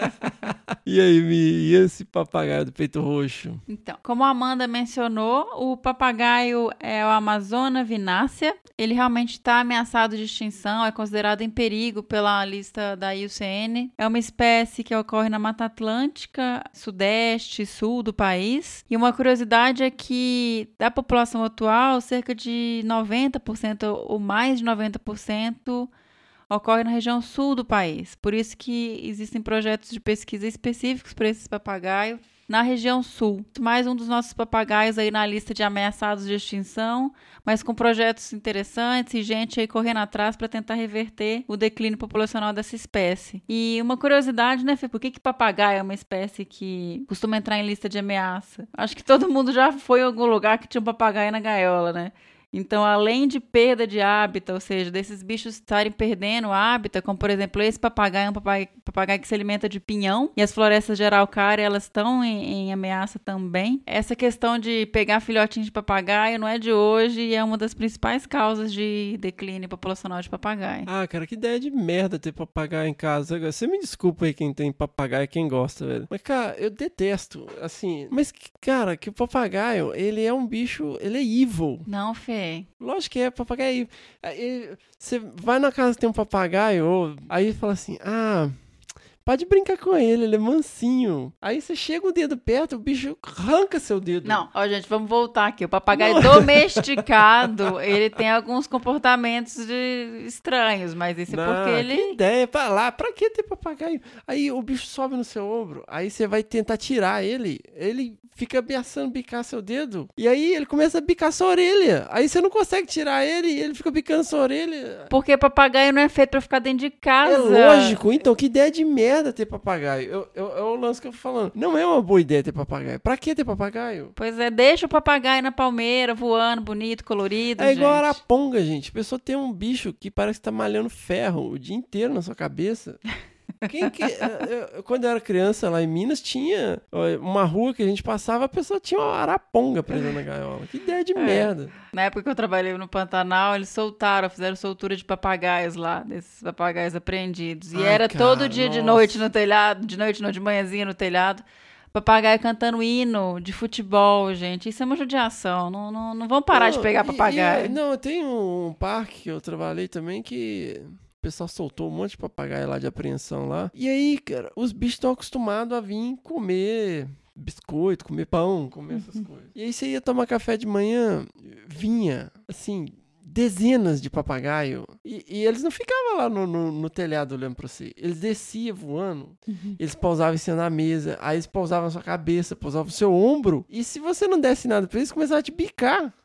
E aí, e esse papagaio do peito roxo? Então, como a Amanda mencionou, o papagaio é o Amazona vinácea. Ele realmente está ameaçado de extinção, é considerado em perigo pela lista da IUCN. É uma espécie que ocorre na Mata Atlântica, sudeste e sul do país. E uma curiosidade é que da população atual, cerca de 90% ou mais de 90% ocorre na região sul do país. Por isso que existem projetos de pesquisa específicos para esses papagaios na região sul. Mais um dos nossos papagaios aí na lista de ameaçados de extinção, mas com projetos interessantes e gente aí correndo atrás para tentar reverter o declínio populacional dessa espécie. E uma curiosidade, né, Fê? Por que papagaio é uma espécie que costuma entrar em lista de ameaça? Acho que todo mundo já foi em algum lugar que tinha um papagaio na gaiola, né? Então, além de perda de hábitat, ou seja, desses bichos estarem perdendo o hábitat, como por exemplo esse papagaio, é um papagaio que se alimenta de pinhão, e as florestas de araucária, elas estão em ameaça também. Essa questão de pegar filhotinhos de papagaio não é de hoje e é uma das principais causas de declínio populacional de papagaio. Ah, cara, que ideia de merda ter papagaio em casa. Você me desculpa aí quem tem papagaio, quem gosta, velho. Mas, cara, eu detesto, assim. Mas, cara, que o papagaio, ele é um bicho, ele é evil. Não, Fê. Lógico que é, papagaio. Aí, você vai na casa tem um papagaio, aí fala assim, pode brincar com ele é mansinho. Aí você chega o dedo perto, o bicho arranca seu dedo. Não, ó, gente, vamos voltar aqui. O papagaio domesticado, ele tem alguns comportamentos estranhos, mas isso é porque ele... Que ideia, pra que ter papagaio? Aí o bicho sobe no seu ombro, aí você vai tentar tirar ele fica ameaçando bicar seu dedo, e aí ele começa a bicar sua orelha. Aí você não consegue tirar ele, e ele fica bicando sua orelha. Porque papagaio não é feito pra ficar dentro de casa. É lógico, então, que ideia de merda ter papagaio. É o lance que eu tô falando. Não é uma boa ideia ter papagaio. Pra que ter papagaio? Pois é, deixa o papagaio na palmeira, voando, bonito, colorido, É igual a araponga, gente. A pessoa tem um bicho que parece que tá malhando ferro o dia inteiro na sua cabeça. Quando eu era criança lá em Minas, tinha uma rua que a gente passava, a pessoa tinha uma araponga presa na gaiola. Que ideia de merda. Na época que eu trabalhei no Pantanal, eles fizeram soltura de papagaios lá, desses papagaios apreendidos. E era cara, todo dia de noite no telhado, de manhãzinha no telhado, papagaio cantando hino de futebol, gente. Isso é uma judiação. Não vão parar de pegar papagaio. Não, tem um parque que eu trabalhei também que... O pessoal soltou um monte de papagaio lá de apreensão lá. E aí, cara, os bichos estão acostumados a vir comer biscoito, comer pão, comer essas coisas. E aí você ia tomar café de manhã, vinha, assim, dezenas de papagaio. E eles não ficavam lá no telhado olhando pra você. Eles desciam voando, eles pousavam em cima da mesa, aí eles pousavam na sua cabeça, pousavam no seu ombro. E se você não desse nada pra eles, começavam a te bicar.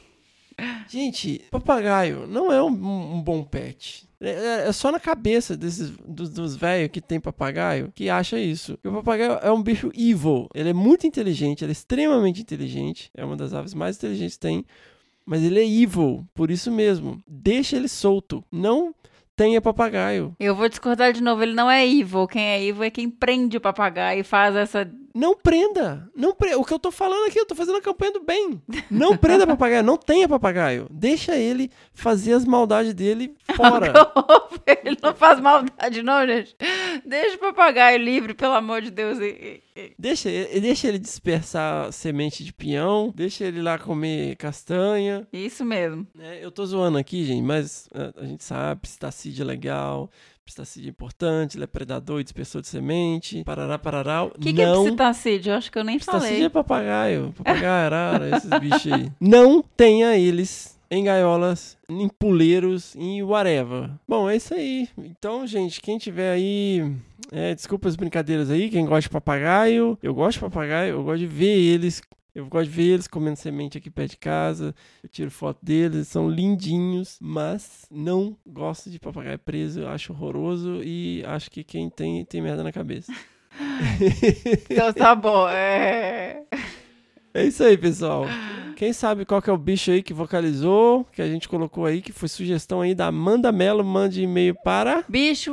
Gente, papagaio não é um bom pet. É só na cabeça dos velhos que tem papagaio que acha isso. E o papagaio é um bicho evil. Ele é muito inteligente, ele é extremamente inteligente. É uma das aves mais inteligentes que tem. Mas ele é evil, por isso mesmo. Deixa ele solto. Não tenha papagaio. Eu vou discordar de novo, ele não é evil. Quem é evil é quem prende o papagaio e faz essa... Não prenda. O que eu tô falando aqui, eu tô fazendo a campanha do bem. Não prenda papagaio, não tenha papagaio. Deixa ele fazer as maldades dele fora. Ele não faz maldade não, gente. Deixa o papagaio livre, pelo amor de Deus. Deixa ele dispersar semente de pinhão, deixa ele lá comer castanha. Isso mesmo. Eu tô zoando aqui, gente, mas a gente sabe, psitacídeo é legal... Psitacídeo é importante, ele é predador e dispersor de semente, parará. O que é psitacídio? Eu acho que eu nem falei. Psitacídio é papagaio, arara, esses bichos aí. Não tenha eles em gaiolas, em puleiros, em whatever. Bom, é isso aí. Então, gente, quem tiver aí... desculpa as brincadeiras aí, quem gosta de papagaio. Eu gosto de papagaio, eu gosto de ver eles... Eu gosto de ver eles comendo semente aqui perto de casa. Eu tiro foto deles, eles são lindinhos. Mas não gosto de papagaio preso. Eu acho horroroso e acho que quem tem merda na cabeça. Então tá bom. É isso aí, pessoal. Quem sabe qual que é o bicho aí que vocalizou, que a gente colocou aí, que foi sugestão aí da Amanda Mello, mande e-mail para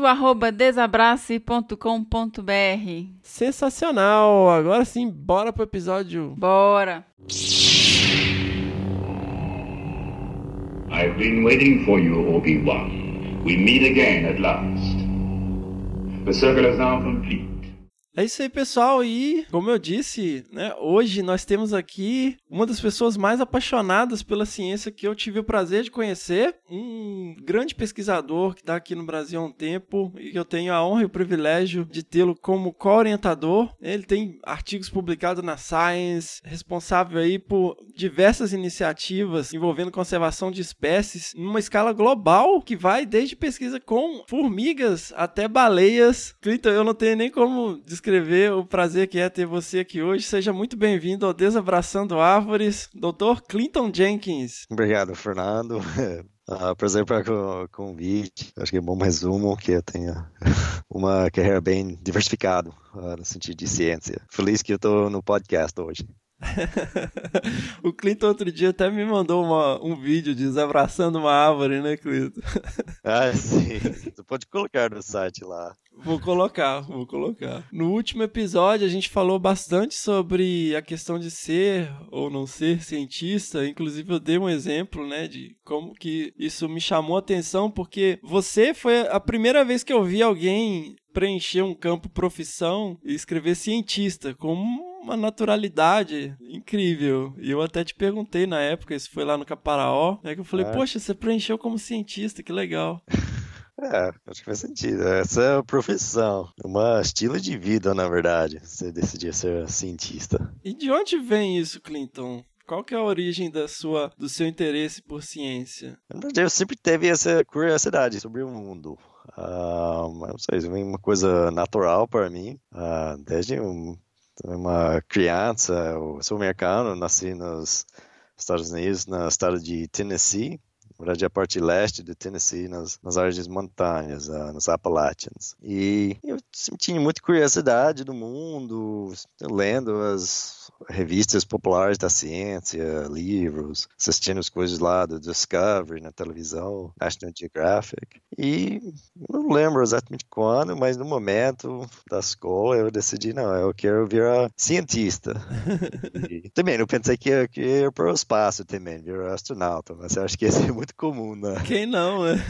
bicho@desabrace.com.br. Sensacional! Agora sim, bora pro episódio. Bora! I've been waiting for you, Obi-Wan. We meet again at last. The circle is now complete. É isso aí, pessoal, e como eu disse, né, hoje nós temos aqui uma das pessoas mais apaixonadas pela ciência que eu tive o prazer de conhecer, um grande pesquisador que está aqui no Brasil há um tempo e que eu tenho a honra e o privilégio de tê-lo como co-orientador. Ele tem artigos publicados na Science, responsável aí por diversas iniciativas envolvendo conservação de espécies numa escala global que vai desde pesquisa com formigas até baleias. Clinton, eu não tenho nem como descrever o prazer que é ter você aqui hoje. Seja muito bem-vindo ao Desabraçando Árvores, Dr. Clinton Jenkins. Obrigado, Fernando. Prazer pelo convite. Acho que é um bom resumo que eu tenha uma carreira bem diversificada no sentido de ciência. Feliz que eu estou no podcast hoje. O Clinton outro dia até me mandou um vídeo desabraçando uma árvore, né, Clinton? Sim. Você pode colocar no site lá. Vou colocar. No último episódio a gente falou bastante sobre a questão de ser ou não ser cientista. Inclusive eu dei um exemplo, né, de como que isso me chamou a atenção, porque você foi a primeira vez que eu vi alguém preencher um campo profissão e escrever cientista com uma naturalidade incrível. E eu até te perguntei na época, isso foi lá no Caparaó, né, que eu falei, poxa, você preencheu como cientista, que legal. Acho que faz sentido. Essa é a profissão, um estilo de vida, na verdade, você decidir ser cientista. E de onde vem isso, Clinton? Qual que é a origem do seu interesse por ciência? Na verdade, eu sempre tive essa curiosidade sobre o mundo. Não sei, é uma coisa natural para mim. Desde uma criança, eu sou americano, nasci nos Estados Unidos, no estado de Tennessee. Na verdade, a parte leste do Tennessee, nas áreas de montanhas, nos Appalachians. E eu sempre tinha muita curiosidade do mundo, lendo as revistas populares da ciência, livros, assistindo as coisas lá do Discovery na televisão, National Geographic. E não lembro exatamente quando, mas no momento da escola eu decidi, não, eu quero virar cientista. E também eu pensei que ia para o espaço também, virar astronauta, mas eu acho que isso é muito comum, né? Quem não, né?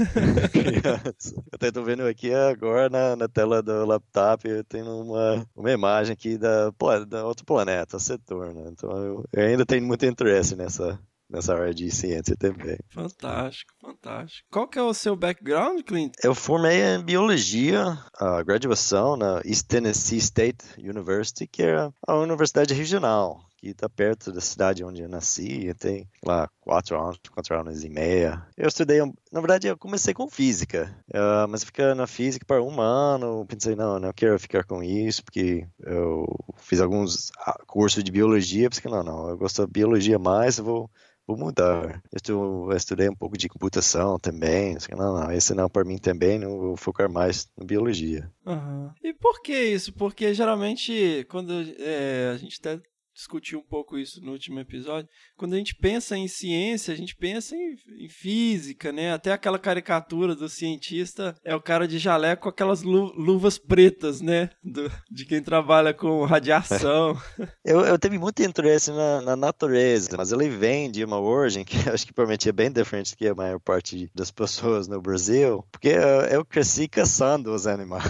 Eu até tô vendo aqui agora na tela do laptop, eu tenho uma imagem aqui da outro planeta, Saturno. Então eu ainda tenho muito interesse nessa área de ciência também. Fantástico. Qual que é o seu background, Clint? Eu formei em biologia, a graduação na East Tennessee State University, que é a universidade regional, que está perto da cidade onde eu nasci. Eu tenho lá 4 anos e meio. Eu estudei, na verdade eu comecei com física, mas fiquei na física por 1 ano. Pensei, não quero ficar com isso, porque eu fiz alguns cursos de biologia, pensei, não, eu gosto de biologia mais, eu vou mudar. Eu estudei um pouco de computação também. Não, esse não para mim também, não vou focar mais na biologia. Uhum. E por que isso? Porque geralmente, quando a gente até discutiu um pouco isso no último episódio, quando a gente pensa em ciência, a gente pensa em física, né? Até aquela caricatura do cientista é o cara de jaleco com aquelas luvas pretas, né? De quem trabalha com radiação. Eu tive muito interesse na natureza, mas ele vem de uma origem que acho que provavelmente é bem diferente do que a maior parte das pessoas no Brasil, porque eu cresci caçando os animais.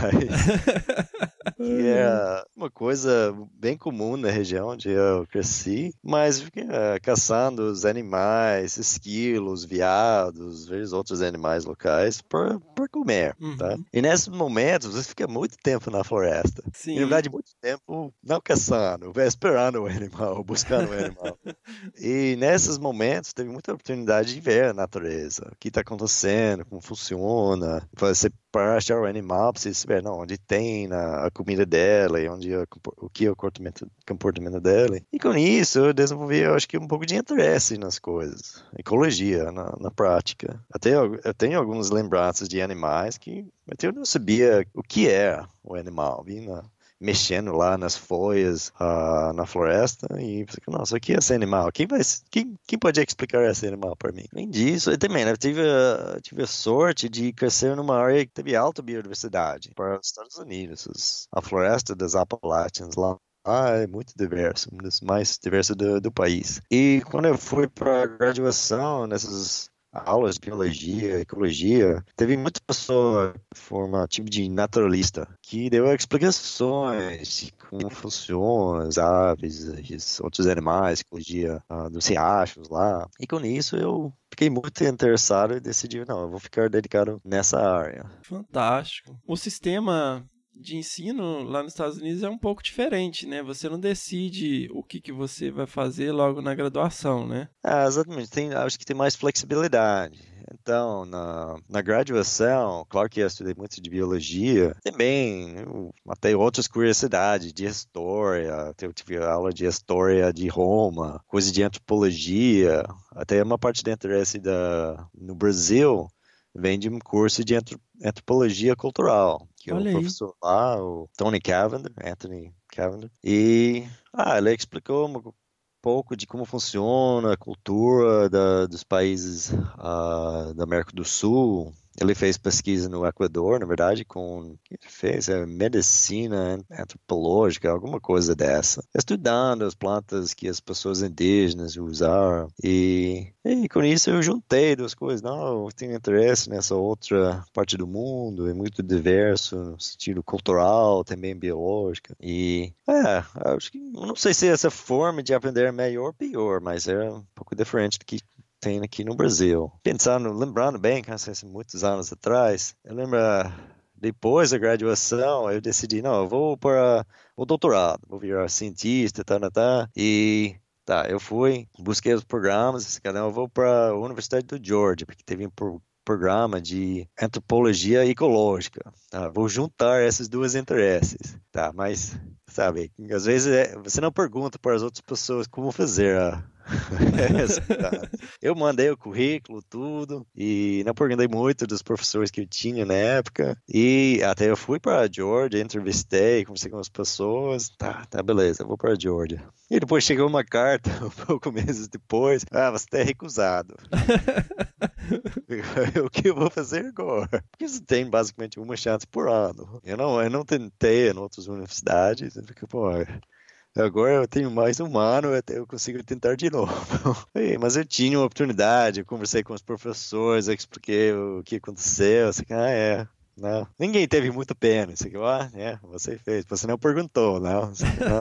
Que é uma coisa bem comum na região onde eu cresci, mas caçando os animais, esquilos, veados, vários outros animais locais por comer, tá? E nesses momentos você fica muito tempo na floresta. Sim. E, na verdade, muito tempo não caçando, esperando o animal, buscando o animal. E nesses momentos teve muita oportunidade de ver a natureza, o que está acontecendo, como funciona. Você para achar o animal, precisa saber onde tem a comida dela e o que é o comportamento dela. E com isso eu desenvolvi, eu acho que um pouco de interesse nas coisas. Ecologia, na prática. Até eu tenho algumas lembranças de animais que eu não sabia o que é o animal. mexendo lá nas folhas, na floresta, e pensei, nossa, o que é esse animal? Quem pode explicar esse animal para mim? Além disso, eu também, né, tive a sorte de crescer numa área que teve alta biodiversidade para os Estados Unidos, a floresta das Appalachians lá. É muito diverso, um dos mais diversos do país. E quando eu fui para a graduação, nessas aulas de biologia, ecologia, teve muita pessoa que forma tipo de naturalista, que deu explicações de como funcionam as aves, os outros animais, ecologia dos riachos lá. E com isso eu fiquei muito interessado e decidi, não, eu vou ficar dedicado nessa área. Fantástico. O sistema de ensino lá nos Estados Unidos é um pouco diferente, né? Você não decide o que você vai fazer logo na graduação, né? Exatamente. Acho que tem mais flexibilidade. Então, na graduação, claro que eu estudei muito de biologia, também até outras curiosidades de história, eu tive aula de história de Roma, coisa de antropologia, até uma parte de interesse no Brasil vem de um curso de antropologia cultural, que Olha o professor lá, o Anthony Cavender, e ele explicou um pouco de como funciona a cultura dos países da América do Sul. Ele fez pesquisa no Equador, na verdade, fez medicina antropológica, alguma coisa dessa, estudando as plantas que as pessoas indígenas usaram. E com isso eu juntei duas coisas. Não, eu tenho interesse nessa outra parte do mundo, é muito diverso, no sentido cultural, também biológico. E, acho que, não sei se essa forma de aprender é melhor ou pior, mas é um pouco diferente do que tem aqui no Brasil. Lembrando bem, que muitos anos atrás, eu lembro, depois da graduação, eu decidi, não, eu vou para o doutorado, vou virar cientista, e eu busquei os programas, eu vou para a Universidade do Georgia, porque teve um programa de antropologia ecológica, vou juntar esses dois interesses, mas, sabe, às vezes você não pergunta para as outras pessoas como fazer eu mandei o currículo, tudo, e não perguntei muito dos professores que eu tinha na época, e até eu fui para a Georgia, entrevistei, conversei com as pessoas, beleza, eu vou para a Georgia. E depois chegou uma carta, poucos meses depois, você está recusado. O que eu vou fazer agora? Porque você tem basicamente uma chance por ano. Eu não tentei em outras universidades, eu fiquei, agora eu tenho mais um ano, até eu consigo tentar de novo. Mas eu tinha uma oportunidade, eu conversei com os professores, eu expliquei o que aconteceu, não. Ninguém teve muita pena, você fez, você não perguntou, não.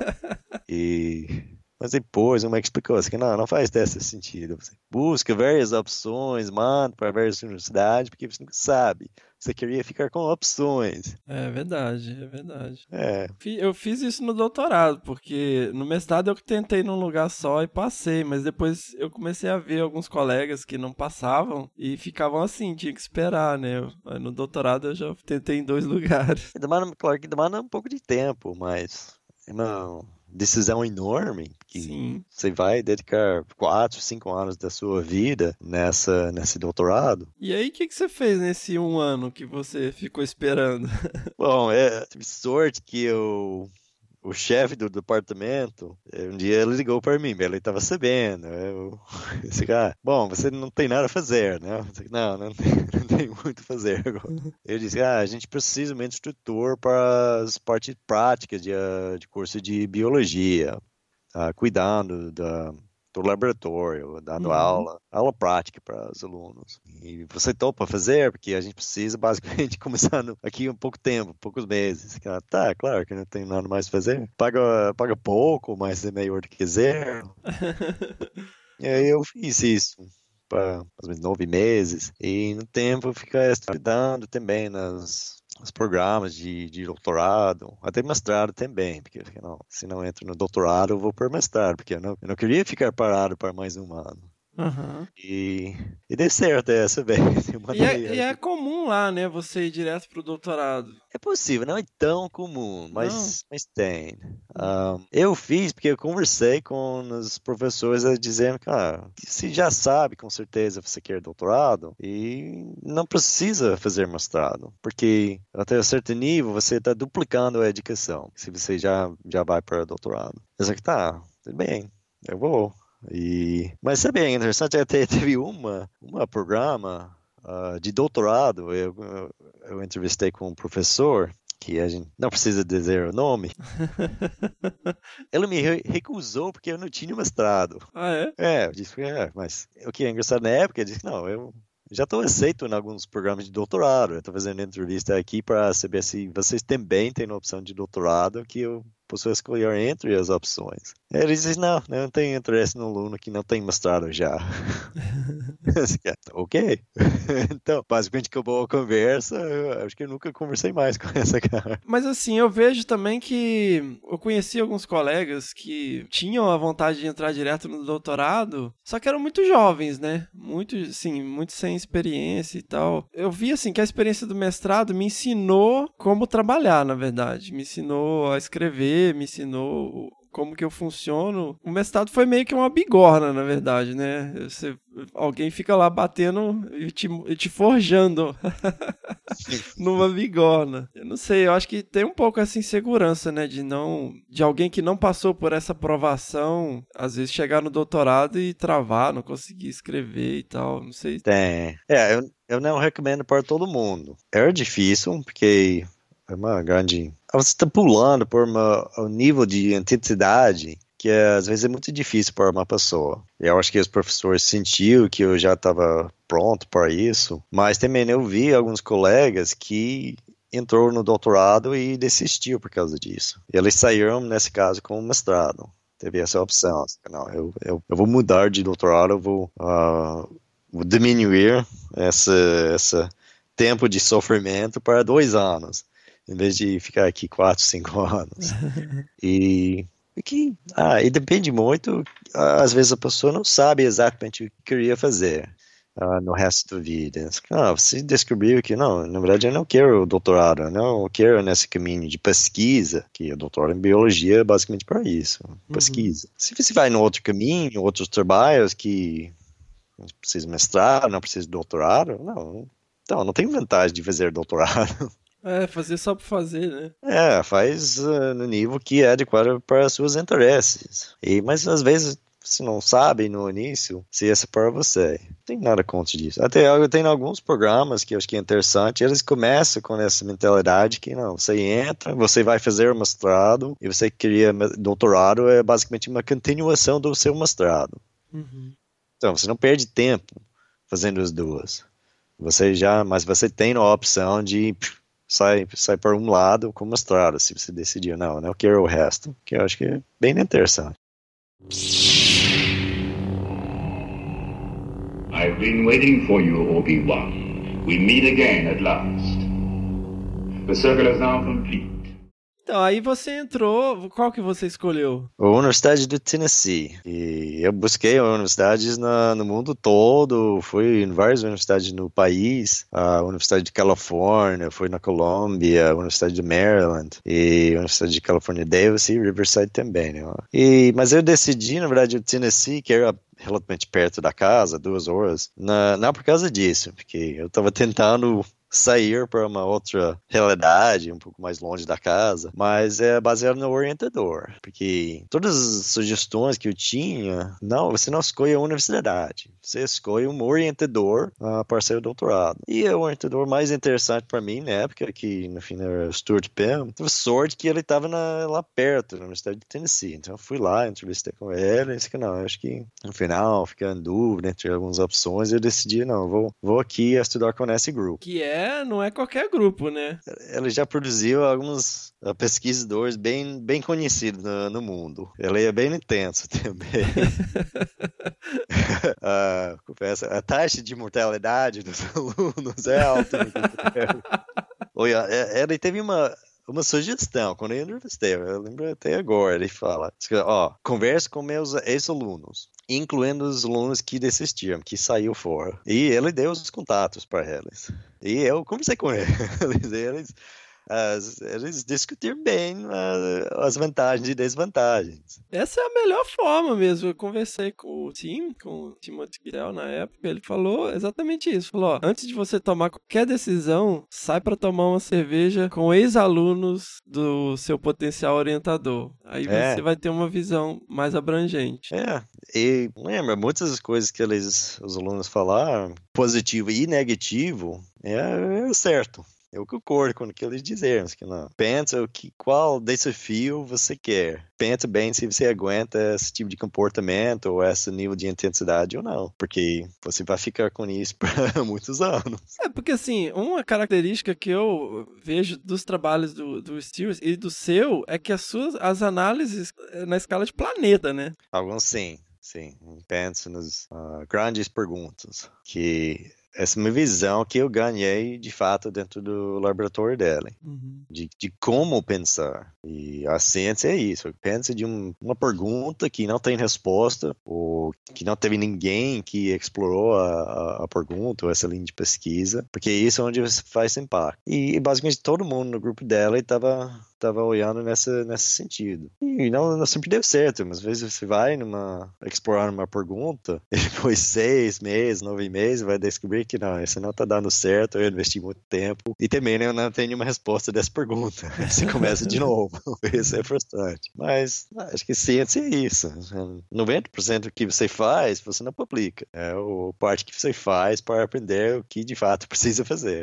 Mas depois uma explicou não faz desse sentido. Você busca várias opções, manda para várias universidades, porque você nunca sabe. Você queria ficar com opções. É verdade. Eu fiz isso no doutorado, porque no mestrado eu tentei num lugar só e passei, mas depois eu comecei a ver alguns colegas que não passavam e ficavam assim, tinha que esperar, né? No doutorado eu já tentei em 2 lugares. Claro que demanda um pouco de tempo, mas não. Decisão enorme que Sim. Você vai dedicar 4, 5 anos da sua vida nesse doutorado. E aí, o que você fez nesse 1 ano que você ficou esperando? Bom, tive sorte que o chefe do departamento, um dia ele ligou para mim, ele estava sabendo. Eu disse, bom, você não tem nada a fazer, né? Eu disse, não tem muito a fazer agora. Eu disse, a gente precisa de um instrutor para as partes práticas de curso de biologia, cuidando do laboratório, dando aula prática para os alunos. E você topa fazer, porque a gente precisa basicamente começar aqui um pouco tempo, poucos meses. Claro que não tem nada mais a fazer. Paga pouco, mas é melhor do que zero. E aí eu fiz isso para mais ou menos 9 meses. E no tempo ficar estudando também nos programas de doutorado, até mestrado também, porque se não entro no doutorado eu vou para mestrado, porque eu não queria ficar parado por mais 1 ano. Aham. E deu certo essa vez. Eu E mandei, é comum lá, né, você ir direto pro doutorado. É possível, não é tão comum, Não? mas tem. Eu fiz porque eu conversei com os professores dizendo que você já sabe com certeza você quer doutorado e não precisa fazer mestrado, porque até um certo nível você está duplicando a educação, se você já vai para doutorado. Eu disse que tudo bem, eu vou. Mas é bem interessante, até teve uma programa de doutorado, eu entrevistei com um professor, que a gente não precisa dizer o nome. Ele me recusou porque eu não tinha mestrado. Ah, é? Eu disse, mas o que é engraçado na época, eu disse, não, eu já estou aceito em alguns programas de doutorado, eu estou fazendo entrevista aqui para saber se vocês também têm uma opção de doutorado que eu posso escolher entre as opções. Ele disse, não tenho interesse no aluno que não tem mestrado já. Ok. Então, basicamente acabou a conversa, eu acho que eu nunca conversei mais com essa cara. Mas assim, eu vejo também que eu conheci alguns colegas que tinham a vontade de entrar direto no doutorado, só que eram muito jovens, né? Muito sem experiência e tal. Eu vi assim que a experiência do mestrado me ensinou como trabalhar, na verdade. Me ensinou a escrever, me ensinou como que eu funciono. O mestrado foi meio que uma bigorna, na verdade, né? Alguém fica lá batendo e te forjando numa bigorna. Eu não sei, eu acho que tem um pouco essa insegurança, né? De alguém que não passou por essa provação, às vezes chegar no doutorado e travar, não conseguir escrever e tal, não sei. Tem. Eu não recomendo para todo mundo. É difícil, porque é uma grande... Você está pulando por um nível de intensidade que às vezes é muito difícil para uma pessoa. Eu acho que os professores sentiram que eu já estava pronto para isso, mas também eu vi alguns colegas que entrou no doutorado e desistiu por causa disso. Eles saíram, nesse caso, com o mestrado. Teve essa opção. Não, eu vou mudar de doutorado, eu vou diminuir esse tempo de sofrimento para 2 anos. Em vez de ficar aqui 4, 5 anos. E depende muito, às vezes a pessoa não sabe exatamente o que queria fazer no resto da vida. Você descobriu que, não, na verdade eu não quero doutorado, eu não quero nesse caminho de pesquisa, que o doutorado em biologia é basicamente para isso, pesquisa. Se você vai no outro caminho, outros trabalhos que não precisa mestrado, não precisa de doutorado, não tem vantagem de fazer doutorado. Fazer só por fazer, né? Faz no nível que é adequado para seus interesses. Mas às vezes você não sabe no início se esse é para você. Não tem nada contra disso. Até eu tenho alguns programas que eu acho que é interessante, eles começam com essa mentalidade que você entra, você vai fazer mestrado e você queria doutorado, é basicamente uma continuação do seu mestrado. Uhum. Então você não perde tempo fazendo as duas. Mas você tem a opção de... Sai para um lado com mestrado, se você decidir, não quero o resto, que eu acho que é bem interessante. I've been waiting for you, Obi-Wan. We meet again at last. The circle is now complete. Então, aí você entrou, qual que você escolheu? A Universidade do Tennessee. E eu busquei universidades no mundo todo, fui em várias universidades no país, a Universidade de Califórnia, fui na Colômbia, a Universidade de Maryland, e a Universidade de California Davis e Riverside também. Né? Mas eu decidi, na verdade, o Tennessee, que era relativamente perto da casa, 2 horas, não por causa disso, porque eu estava tentando sair para uma outra realidade, um pouco mais longe da casa, mas é baseado no orientador, porque todas as sugestões que eu tinha, você não escolhe a universidade, você escolhe um orientador para ser o doutorado. E o orientador mais interessante para mim na época, que no fim era o Stuart Penn, tive sorte que ele estava lá perto, na Universidade de Tennessee, então eu fui lá, entrevistei com ele, e disse que acho que no final, fiquei em dúvida entre algumas opções, e eu decidi, vou aqui estudar com esse grupo. Que não é qualquer grupo, né? Ele já produziu alguns pesquisadores bem conhecidos no mundo. Ele é bem intenso também. A taxa de mortalidade dos alunos é alta. Ele teve uma uma sugestão. Quando eu entrevistei, eu lembro até agora, ele fala, ó, converse com meus ex-alunos, incluindo os alunos que desistiram, que saiu fora. E ele deu os contatos para eles. E eu conversei com eles. Eles discutiram bem as vantagens e desvantagens. Essa é a melhor forma mesmo. Eu conversei com o Timothy Kirel na época, ele falou exatamente isso. Falou, ó, antes de você tomar qualquer decisão, sai para tomar uma cerveja com ex-alunos do seu potencial orientador. Aí você vai ter uma visão mais abrangente. E lembra, muitas das coisas que os alunos falaram, positivo e negativo, é certo. Eu concordo com o que eles disseram, que não. Pensa qual desafio você quer. Pensa bem se você aguenta esse tipo de comportamento ou esse nível de intensidade ou não. Porque você vai ficar com isso por muitos anos. Porque assim, uma característica que eu vejo dos trabalhos do Stewart e do seu é que as análises na escala de planeta, né? Alguns sim. Penso nas grandes perguntas que... Essa é uma visão que eu ganhei, de fato, dentro do laboratório dela. De como pensar. E a ciência é isso. Pensa de uma pergunta que não tem resposta, ou que não teve ninguém que explorou a pergunta, ou essa linha de pesquisa, porque isso é onde você faz impacto. E basicamente todo mundo no grupo dela estava olhando nesse sentido. E não sempre deu certo, mas às vezes você vai explorar uma pergunta, e depois 6 meses, 9 meses, vai descobrir que não, isso não está dando certo, eu investi muito tempo, e também eu não tenho nenhuma resposta dessa pergunta. Você começa de novo. Isso é frustrante. Mas acho que ciência é isso. 90% do que você faz, você não publica. É a parte que você faz para aprender o que de fato precisa fazer.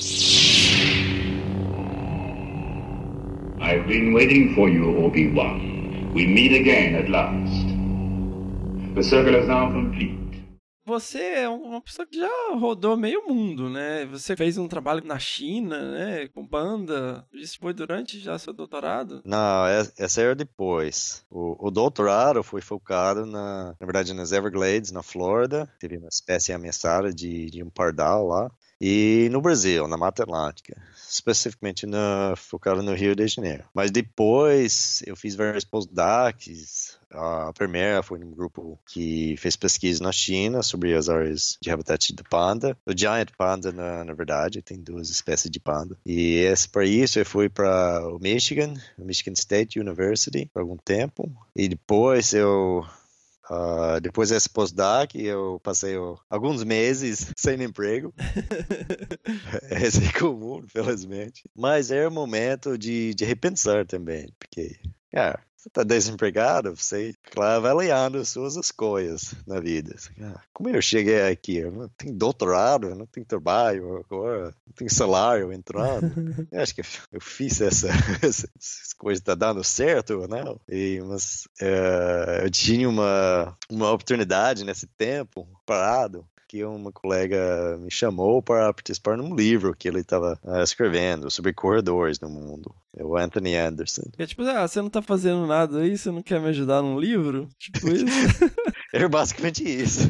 I've been waiting for you, Obi-Wan. We meet again at last. The circle is now complete. Você é uma pessoa que já rodou meio mundo, né? Você fez um trabalho na China, né? Com banda. Isso foi durante já seu doutorado? Não, essa era depois. O doutorado foi focado, na verdade, nas Everglades, na Flórida. Teve uma espécie ameaçada de um pardal lá. E no Brasil, na Mata Atlântica. Especificamente focado no Rio de Janeiro. Mas depois eu fiz vários postdocs. A primeira foi um grupo que fez pesquisa na China sobre as áreas de habitat de panda. O Giant Panda, na verdade, tem 2 espécies de panda. E para isso eu fui para o Michigan State University, por algum tempo. E depois depois desse postdoc, eu passei alguns meses sem emprego. Esse é comum, felizmente. Mas era um momento de repensar também, porque, você está desempregado, você está avaliando as suas escolhas na vida. Como eu cheguei aqui? Eu não tenho doutorado, eu não tenho trabalho agora, não tenho salário entrando. Eu acho que eu fiz essas coisas, está dando certo ou não? Mas eu tinha uma oportunidade nesse tempo parado, que uma colega me chamou para participar num livro que ele estava escrevendo sobre corredores no mundo. É o Anthony Anderson. É tipo, você não tá fazendo nada aí? Você não quer me ajudar num livro? Tipo isso? É basicamente isso.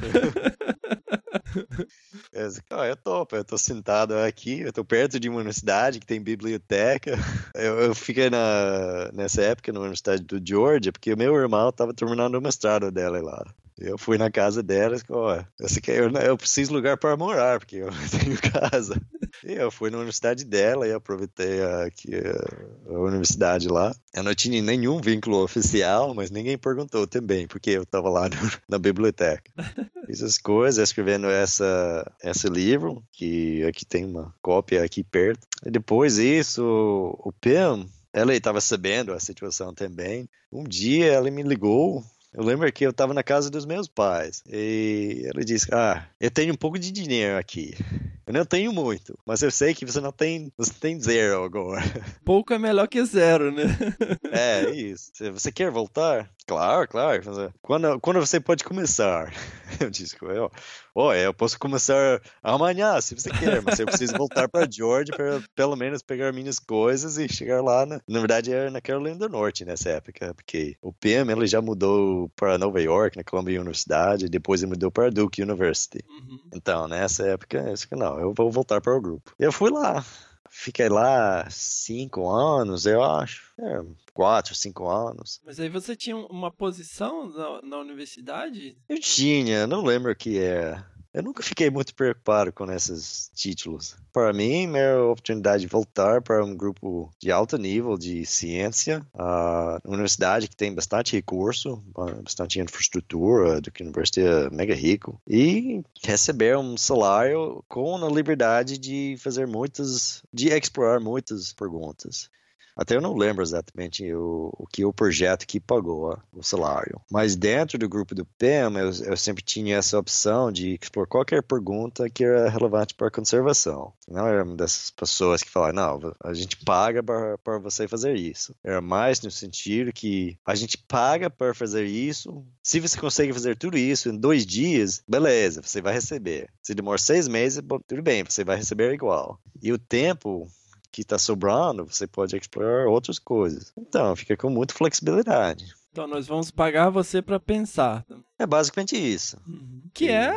Eu tô sentado aqui, eu tô perto de uma universidade que tem biblioteca. Eu fiquei nessa época na Universidade do Georgia, porque o meu irmão estava terminando o mestrado dela lá. Eu fui na casa delas, eu preciso de lugar para morar, porque eu não tenho casa. E eu fui na universidade dela e aproveitei a universidade lá. Eu não tinha nenhum vínculo oficial, mas ninguém perguntou também, porque eu estava lá na biblioteca. Fiz as coisas, escrevendo esse livro, que aqui tem uma cópia aqui perto. E depois disso, o Pim, ela estava sabendo a situação também. Um dia ela me ligou. Eu lembro que eu estava na casa dos meus pais e ela disse, eu tenho um pouco de dinheiro aqui. Eu não tenho muito, mas eu sei que você tem 0 agora. Pouco é melhor que 0, né? É isso. Você quer voltar? Claro. Quando você pode começar? Eu disse, eu posso começar amanhã, se você quer, mas eu preciso voltar para Georgia para pelo menos pegar minhas coisas e chegar lá. Na verdade, era na Carolina do Norte nessa época, porque o PM ele já mudou para Nova York, na Columbia University, depois ele mudou para Duke University. Então, nessa época, eu disse, não, eu vou voltar para o grupo. Eu fui lá. Fiquei lá 5 anos, eu acho. 4, 5 anos. Mas aí você tinha uma posição na universidade? Eu tinha, não lembro o que é. Eu nunca fiquei muito preocupado com esses títulos. Para mim, minha oportunidade de voltar para um grupo de alto nível de ciência, uma universidade que tem bastante recurso, bastante infraestrutura, do que universidade mega rico, e receber um salário com a liberdade de fazer de explorar muitas perguntas. Até eu não lembro exatamente o que o projeto que pagou o salário. Mas dentro do grupo do PEM, eu sempre tinha essa opção de explorar qualquer pergunta que era relevante para a conservação. Não era uma dessas pessoas que falavam, não, a gente paga para você fazer isso. Era mais no sentido que a gente paga para fazer isso. Se você consegue fazer tudo isso em 2 dias, beleza, você vai receber. Se demora 6 meses, bom, tudo bem, você vai receber igual. E o tempo que está sobrando, você pode explorar outras coisas. Então, fica com muita flexibilidade. Então, nós vamos pagar você para pensar. É basicamente isso. Que é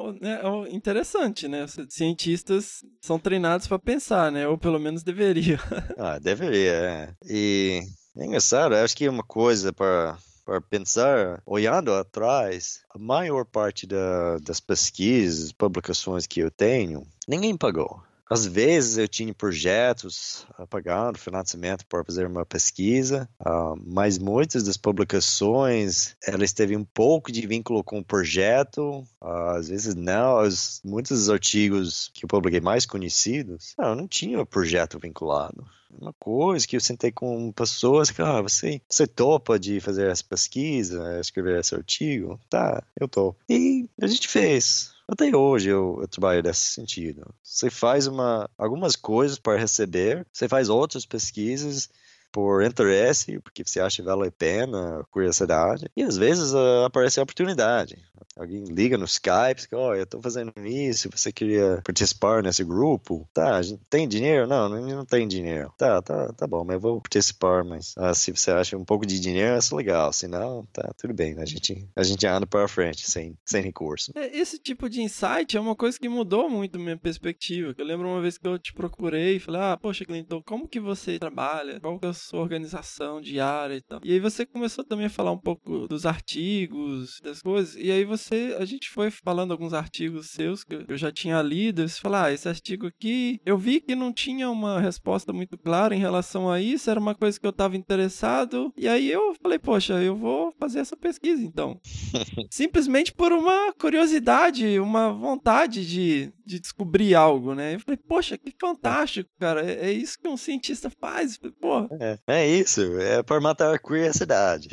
interessante, né? Cientistas são treinados para pensar, né? Ou pelo menos deveria. Deveria, é. E é engraçado, acho que uma coisa para pensar, olhando atrás, a maior parte das pesquisas, publicações que eu tenho, ninguém pagou. Às vezes eu tinha projetos pagando financiamento para fazer uma pesquisa, mas muitas das publicações elas teve um pouco de vínculo com o projeto, às vezes não. Muitos dos artigos que eu publiquei mais conhecidos, não tinha um projeto vinculado. Uma coisa que eu sentei com pessoas que, você topa de fazer essa pesquisa, escrever esse artigo? Tá, eu topo. E a gente fez. Até hoje eu trabalho nesse sentido. Você faz algumas coisas para receber, você faz outras pesquisas por interesse, porque você acha que vale a pena, curiosidade, e às vezes aparece a oportunidade. Alguém liga no Skype, eu estou fazendo isso, você queria participar nesse grupo? Tá, a gente tem dinheiro? Não tem dinheiro. Tá bom, mas eu vou participar, mas se você acha um pouco de dinheiro, é legal, se não, tá, tudo bem, a gente anda para frente, sem recurso. Esse tipo de insight é uma coisa que mudou muito a minha perspectiva. Eu lembro uma vez que eu te procurei e falei, poxa, Clinton, como que você trabalha? Qual que é a sua organização diária e tal? E aí você começou também a falar um pouco dos artigos, das coisas, e aí a gente foi falando alguns artigos seus que eu já tinha lido, e você falou, esse artigo aqui, eu vi que não tinha uma resposta muito clara em relação a isso, era uma coisa que eu estava interessado, e aí eu falei, poxa, eu vou fazer essa pesquisa então. Simplesmente por uma curiosidade, uma vontade de descobrir algo, né? Eu falei, poxa, que fantástico, cara, é isso que um cientista faz. Eu falei, É isso, é para matar a curiosidade.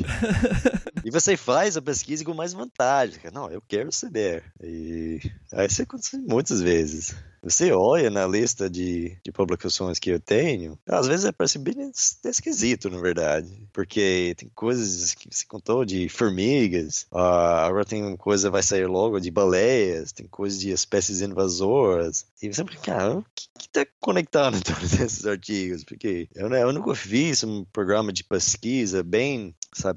E você faz a pesquisa com mais vontade. Não, eu quero saber. E aí isso acontece muitas vezes. Você olha na lista de publicações que eu tenho, às vezes parece bem esquisito, na verdade. Porque tem coisas que você contou de formigas, agora tem coisa vai sair logo de baleias, tem coisa de espécies invasoras. E você fica, cara, o que está conectando todos esses artigos? Porque eu nunca fiz um programa de pesquisa bem,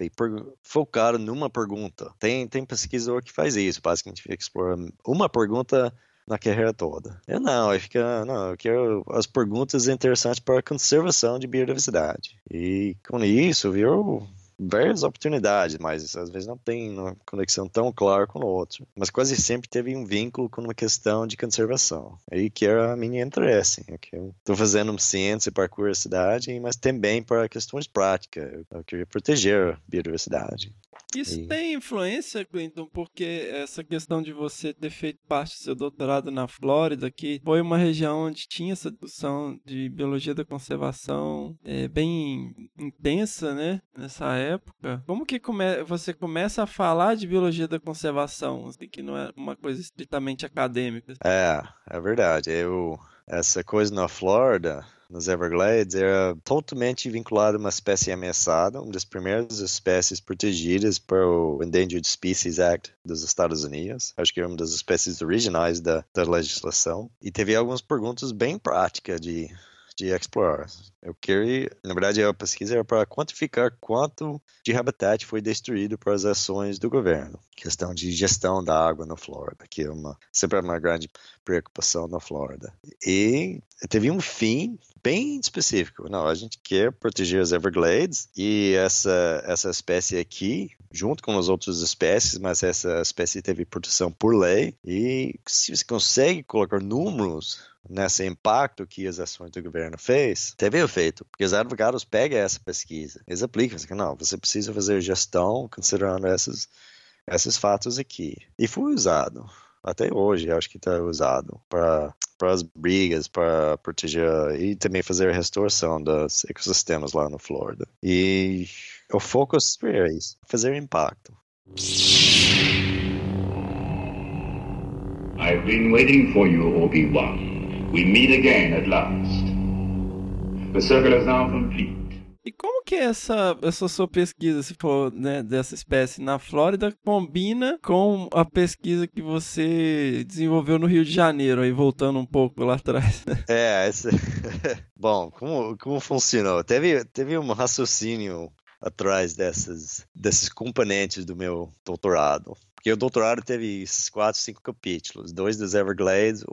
focado numa pergunta. Tem pesquisador que faz isso, basicamente explora uma pergunta na carreira toda. Eu quero as perguntas interessantes para a conservação de biodiversidade. E com isso, virou várias oportunidades, mas às vezes não tem uma conexão tão clara com o outro. Mas quase sempre teve um vínculo com uma questão de conservação. Aí que era a minha interesse. Eu estou fazendo ciência para a curiosidade, mas também para questões práticas. Eu queria proteger a biodiversidade. Isso tem influência, Clinton, porque essa questão de você ter feito parte do seu doutorado na Flórida, que foi uma região onde tinha essa discussão de biologia da conservação bem intensa, né, nessa época. Como que você começa a falar de biologia da conservação, assim, que não é uma coisa estritamente acadêmica? É verdade. Essa coisa na Flórida, nos Everglades, era totalmente vinculada a uma espécie ameaçada, uma das primeiras espécies protegidas pelo Endangered Species Act dos Estados Unidos. Acho que é uma das espécies originais da legislação. E teve algumas perguntas bem práticas de de explorar. Na verdade, a pesquisa era para quantificar quanto de habitat foi destruído por as ações do governo. Questão de gestão da água na Flórida, que sempre é uma grande preocupação na Flórida. E teve um fim bem específico. Não, a gente quer proteger as Everglades e essa espécie aqui, junto com as outras espécies, mas essa espécie teve proteção por lei. E se você consegue colocar números nesse impacto que as ações do governo fez, teve efeito, porque os advogados pegam essa pesquisa, eles aplicam, não, você precisa fazer gestão considerando esses fatos aqui. E foi usado. Até hoje, acho que está usado para as brigas, para proteger e também fazer a restauração dos ecossistemas lá na Flórida. E o foco é isso, fazer impacto. I've been waiting for you, Obi-Wan. We meet again at last. The circle is now complete. E como que essa sua pesquisa, se for, né, dessa espécie na Flórida, combina com a pesquisa que você desenvolveu no Rio de Janeiro, aí voltando um pouco lá atrás? Bom, como funcionou? Teve um raciocínio atrás desses componentes do meu doutorado. Porque o doutorado teve 4, 5 capítulos, 2 dos Everglades,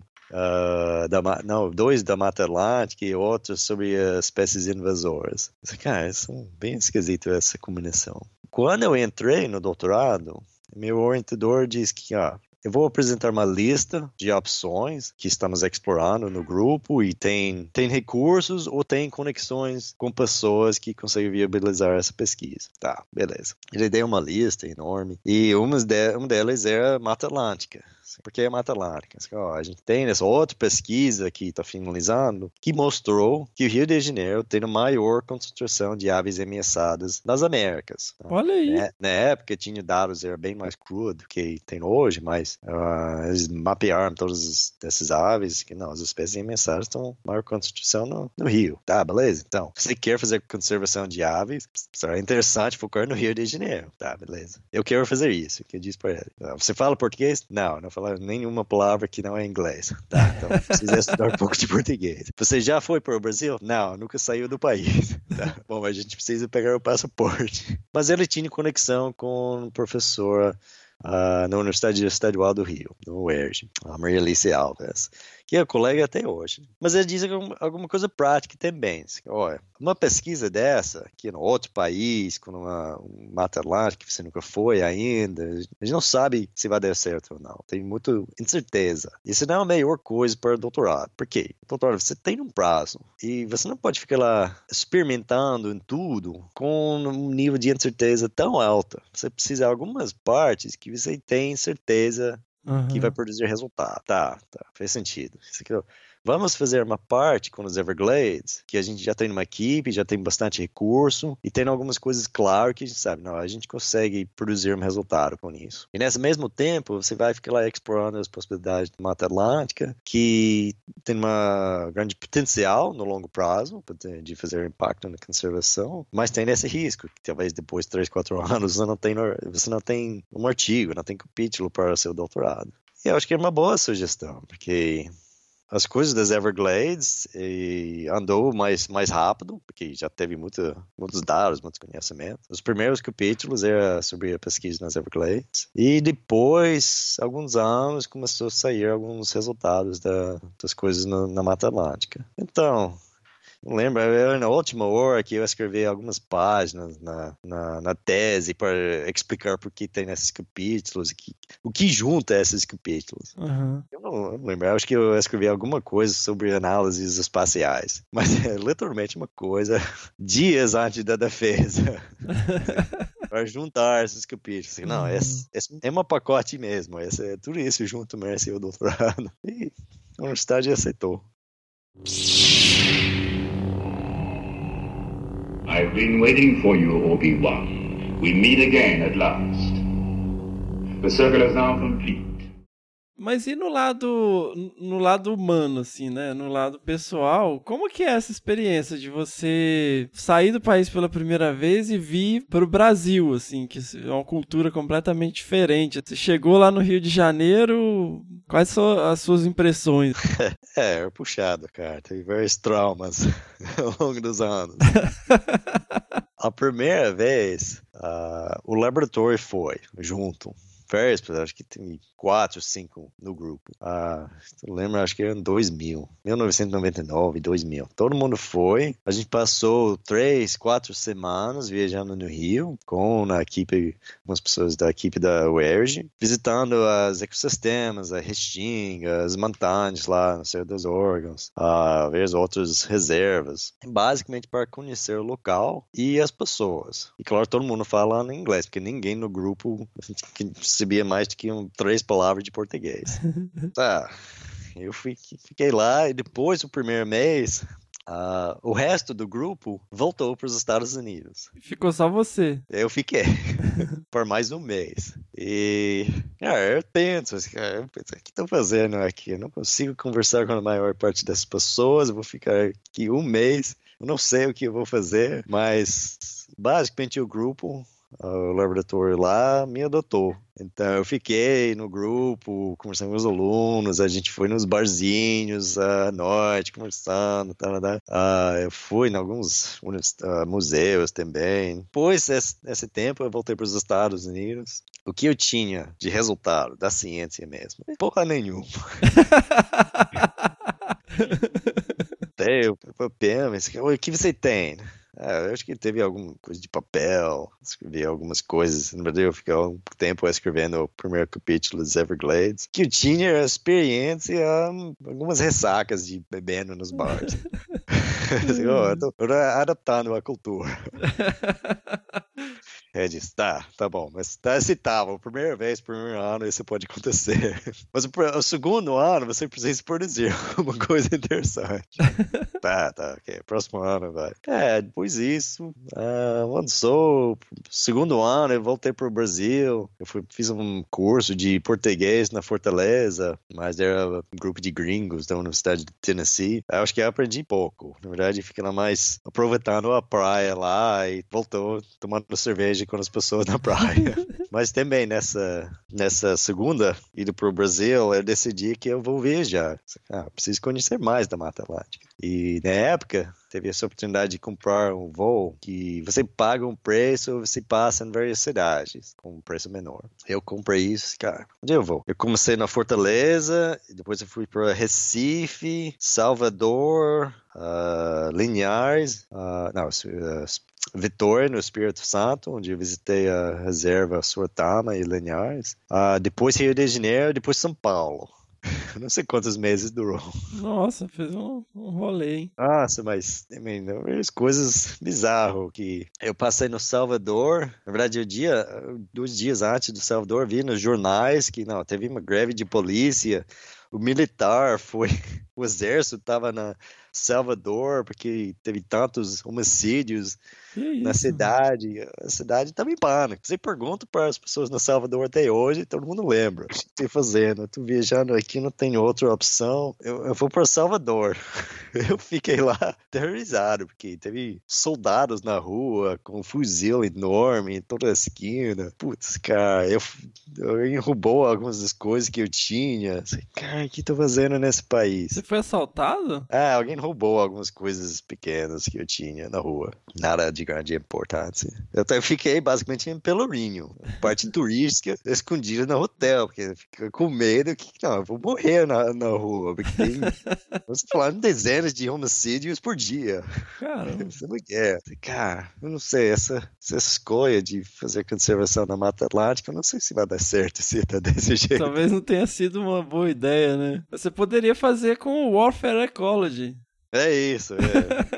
2 da Mata Atlântica e outros sobre espécies invasoras. Cara, isso é bem esquisito essa combinação. Quando eu entrei no doutorado, meu orientador disse que eu vou apresentar uma lista de opções que estamos explorando no grupo e tem recursos ou tem conexões com pessoas que conseguem viabilizar essa pesquisa. Tá, beleza. Ele deu uma lista enorme e uma delas era Mata Atlântica. Porque é Mata Atlântica. A gente tem essa outra pesquisa que está finalizando que mostrou que o Rio de Janeiro tem a maior concentração de aves ameaçadas nas Américas. Olha aí. Na época tinha dados, era bem mais cru do que tem hoje, mas eles mapearam todas essas aves, que as espécies ameaçadas estão maior concentração no Rio. Tá, beleza? Então, se você quer fazer conservação de aves, será interessante focar no Rio de Janeiro. Tá, beleza. Eu quero fazer isso, que eu disse para ele. Você fala português? Não falo nenhuma palavra que não é inglês. Tá, então precisa estudar um pouco de português. Você já foi para o Brasil? Não, nunca saiu do país. Tá? Bom, a gente precisa pegar o passaporte. Mas ele tinha conexão com um professor na Universidade Estadual do Rio, no UERJ, a Maria Alice Alves, que é colega até hoje. Mas ele diz alguma coisa prática também. Olha, uma pesquisa dessa, aqui no outro país, com uma Mata Atlântica que você nunca foi ainda, a gente não sabe se vai dar certo ou não. Tem muita incerteza. Isso não é a melhor coisa para o doutorado. Por quê? Doutorado, você tem um prazo e você não pode ficar lá experimentando em tudo com um nível de incerteza tão alto. Você precisa de algumas partes que você tem certeza que vai produzir resultado. Tá, faz sentido. Vamos fazer uma parte com os Everglades, que a gente já tem uma equipe, já tem bastante recurso, e tem algumas coisas claras que a gente sabe, a gente consegue produzir um resultado com isso. E nesse mesmo tempo, você vai ficar lá explorando as possibilidades da Mata Atlântica, que tem uma grande potencial no longo prazo de fazer impacto na conservação, mas tem esse risco, que talvez depois de 3, 4 anos você não tem um artigo, não tem capítulo para o seu doutorado. E eu acho que é uma boa sugestão, porque as coisas das Everglades andou mais rápido, porque já teve muitos dados, muitos conhecimentos. Os primeiros capítulos eram sobre a pesquisa nas Everglades. E depois, alguns anos, começou a sair alguns resultados das coisas na Mata Atlântica. Então, não lembro, era na última hora que eu escrevi algumas páginas na tese para explicar por que tem esses capítulos, o que junta esses capítulos. Eu não lembro, eu acho que eu escrevi alguma coisa sobre análises espaciais, mas é literalmente uma coisa dias antes da defesa. Para juntar esses capítulos. Não, esse é um pacote mesmo, tudo isso junto merece o doutorado. E a universidade aceitou. I've been waiting for you, Obi-Wan. We meet again at last. The circle is now complete. Mas e no lado humano, assim, né? No lado pessoal, como que é essa experiência de você sair do país pela primeira vez e vir pro Brasil, assim, que é uma cultura completamente diferente? Você chegou lá no Rio de Janeiro, quais são as suas impressões? É puxado, cara. Teve vários traumas ao longo dos anos. A primeira vez, o laboratório foi junto. Acho que tem 4, 5 no grupo. Eu lembro, acho que era em 1999, 2000. Todo mundo foi. A gente passou 3, 4 semanas viajando no Rio com a equipe, umas pessoas da equipe da UERJ, visitando os ecossistemas, a Restinga, as montanhas lá no Cerro dos Órgãos, ver as outras reservas. Basicamente para conhecer o local e as pessoas. E claro, todo mundo falando inglês, porque ninguém no grupo sabia mais do que 3 palavras de português. Eu fiquei lá e depois do primeiro mês, o resto do grupo voltou para os Estados Unidos. Ficou só você. Eu fiquei por mais um mês. E eu penso, o que estou fazendo aqui? Eu não consigo conversar com a maior parte das pessoas, eu vou ficar aqui um mês, eu não sei o que eu vou fazer, mas basicamente o grupo, o laboratório lá me adotou. Então eu fiquei no grupo, conversando com os alunos, a gente foi nos barzinhos à noite, conversando, eu fui em alguns museus também. Depois desse tempo eu voltei para os Estados Unidos. O que eu tinha de resultado da ciência mesmo? Porra nenhuma. O que você tem? Eu acho que teve alguma coisa de papel, escrevi algumas coisas. Na verdade, eu fiquei um tempo escrevendo o primeiro capítulo dos Everglades. Que eu tinha experiência, algumas ressacas de bebendo nos bares. Eu tô adaptando a cultura. Eu disse, tá bom, mas tá aceitável. Primeira vez, primeiro ano, isso pode acontecer. Mas o segundo ano, você precisa produzir uma coisa interessante. Ok, próximo ano, vai. Depois disso, avançou. Segundo ano, eu voltei pro Brasil. Fiz um curso de português na Fortaleza, mas era um grupo de gringos da Universidade de Tennessee. Eu acho que eu aprendi pouco. Na verdade, fiquei lá mais aproveitando a praia lá e voltou tomando cerveja com as pessoas na praia. Mas também nessa segunda ida pro Brasil, eu decidi que eu vou viajar. Preciso conhecer mais da Mata Atlântica. E na época, teve essa oportunidade de comprar um voo que você paga um preço, você passa em várias cidades com um preço menor. Eu comprei isso, cara. Onde eu vou? Eu comecei na Fortaleza, depois eu fui para Recife, Salvador, Linhares, Vitória, no Espírito Santo, onde eu visitei a reserva Sorotama e Linhares. Depois Rio de Janeiro, depois São Paulo. Não sei quantos meses durou. Nossa, fez um rolê, hein? Nossa, mas as coisas bizarras que eu passei no Salvador. Na verdade, 2 dias antes do Salvador, vi nos jornais que teve uma greve de polícia. O militar o exército estava na Salvador porque teve tantos homicídios na cidade. A cidade estava em pânico. Você pergunta para as pessoas no Salvador até hoje, todo mundo lembra. O que estou fazendo? Eu estou viajando aqui, não tenho outra opção. Eu vou para Salvador. Eu fiquei lá aterrorizado, porque teve soldados na rua com um fuzil enorme em toda a esquina. Putz, cara, alguém roubou algumas das coisas que eu tinha. Cara, o que estou fazendo nesse país? Você foi assaltado? Alguém roubou algumas coisas pequenas que eu tinha na rua. Nada de grande importância. Eu fiquei basicamente em Pelourinho, parte turística, escondida no hotel, porque eu fiquei com medo que, eu vou morrer na rua, porque você falando dezenas de homicídios por dia. Caramba. Você não quer. Cara, eu não sei, essa escolha de fazer conservação na Mata Atlântica, eu não sei se vai dar certo se tá desse jeito. Talvez não tenha sido uma boa ideia, né? Você poderia fazer com o Warfare Ecology. É isso,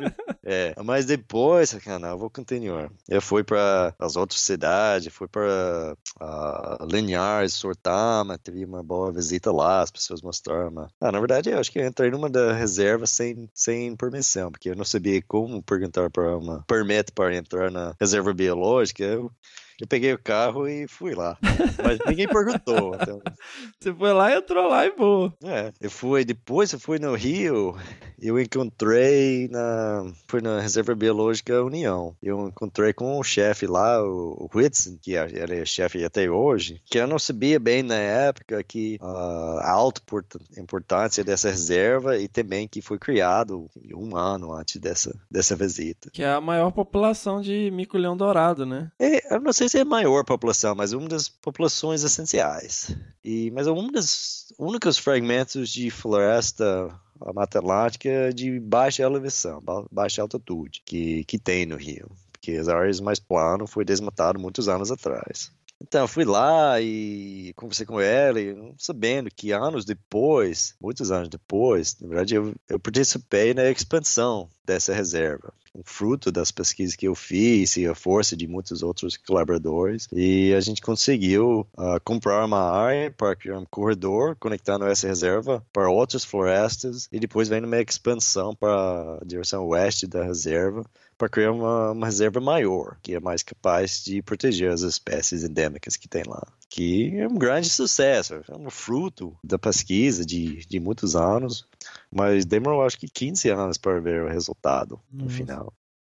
Mas depois, cara, eu vou continuar. Eu fui para as outras cidades, fui para Linhares, Sortama, teve uma boa visita lá, as pessoas mostraram. Na verdade, eu acho que eu entrei numa da reserva sem permissão, porque eu não sabia como perguntar para uma permite para entrar na reserva biológica. Eu peguei o carro e fui lá. Mas ninguém perguntou. Então... Você foi lá, entrou lá e boa. Depois eu fui no Rio, eu encontrei fui na Reserva Biológica União. Eu encontrei com o chefe lá, o Whitson, que ele é chefe até hoje, que eu não sabia bem na época que a alta importância dessa reserva e também que foi criado um ano antes dessa visita. Que é a maior população de mico-leão dourado, né? Eu não sei se é a maior população, mas uma das populações essenciais. Mas um dos únicos fragmentos de floresta Mata Atlântica de baixa elevação, baixa altitude, que tem no Rio. Porque as áreas mais planas foi desmatado muitos anos atrás. Então, eu fui lá e conversei com ele, sabendo que muitos anos depois, na verdade, eu participei na expansão dessa reserva. Um fruto das pesquisas que eu fiz e a força de muitos outros colaboradores. E a gente conseguiu comprar uma área para criar um corredor conectando essa reserva para outras florestas e depois vem uma expansão para a direção oeste da reserva para criar uma reserva maior, que é mais capaz de proteger as espécies endêmicas que tem lá. Que é um grande sucesso, é um fruto da pesquisa de muitos anos, mas demorou acho que 15 anos para ver o resultado no final.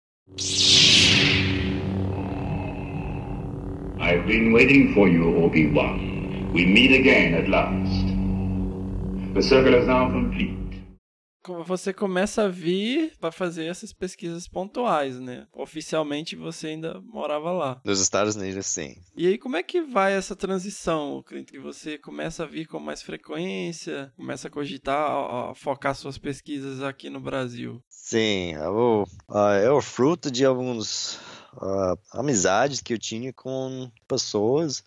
I've been waiting for you, Obi-Wan. We meet again at last. The circle is now complete. Você começa a vir para fazer essas pesquisas pontuais, né? Oficialmente você ainda morava lá. Nos Estados Unidos, sim. E aí, como é que vai essa transição, Clint? Que você começa a vir com mais frequência, começa a cogitar, a focar suas pesquisas aqui no Brasil? Sim, é o fruto de algumas amizades que eu tinha com pessoas.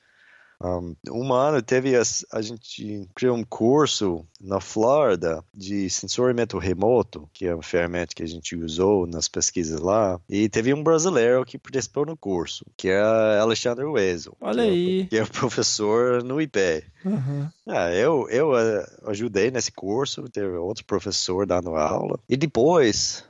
Um ano a gente criou um curso na Flórida de sensoriamento remoto, que é uma ferramenta que a gente usou nas pesquisas lá, e teve um brasileiro que participou no curso, que é Alexandre Wessel. Olha aí. Que é professor no IP. Uhum. Eu ajudei nesse curso, teve outro professor dando aula, e depois...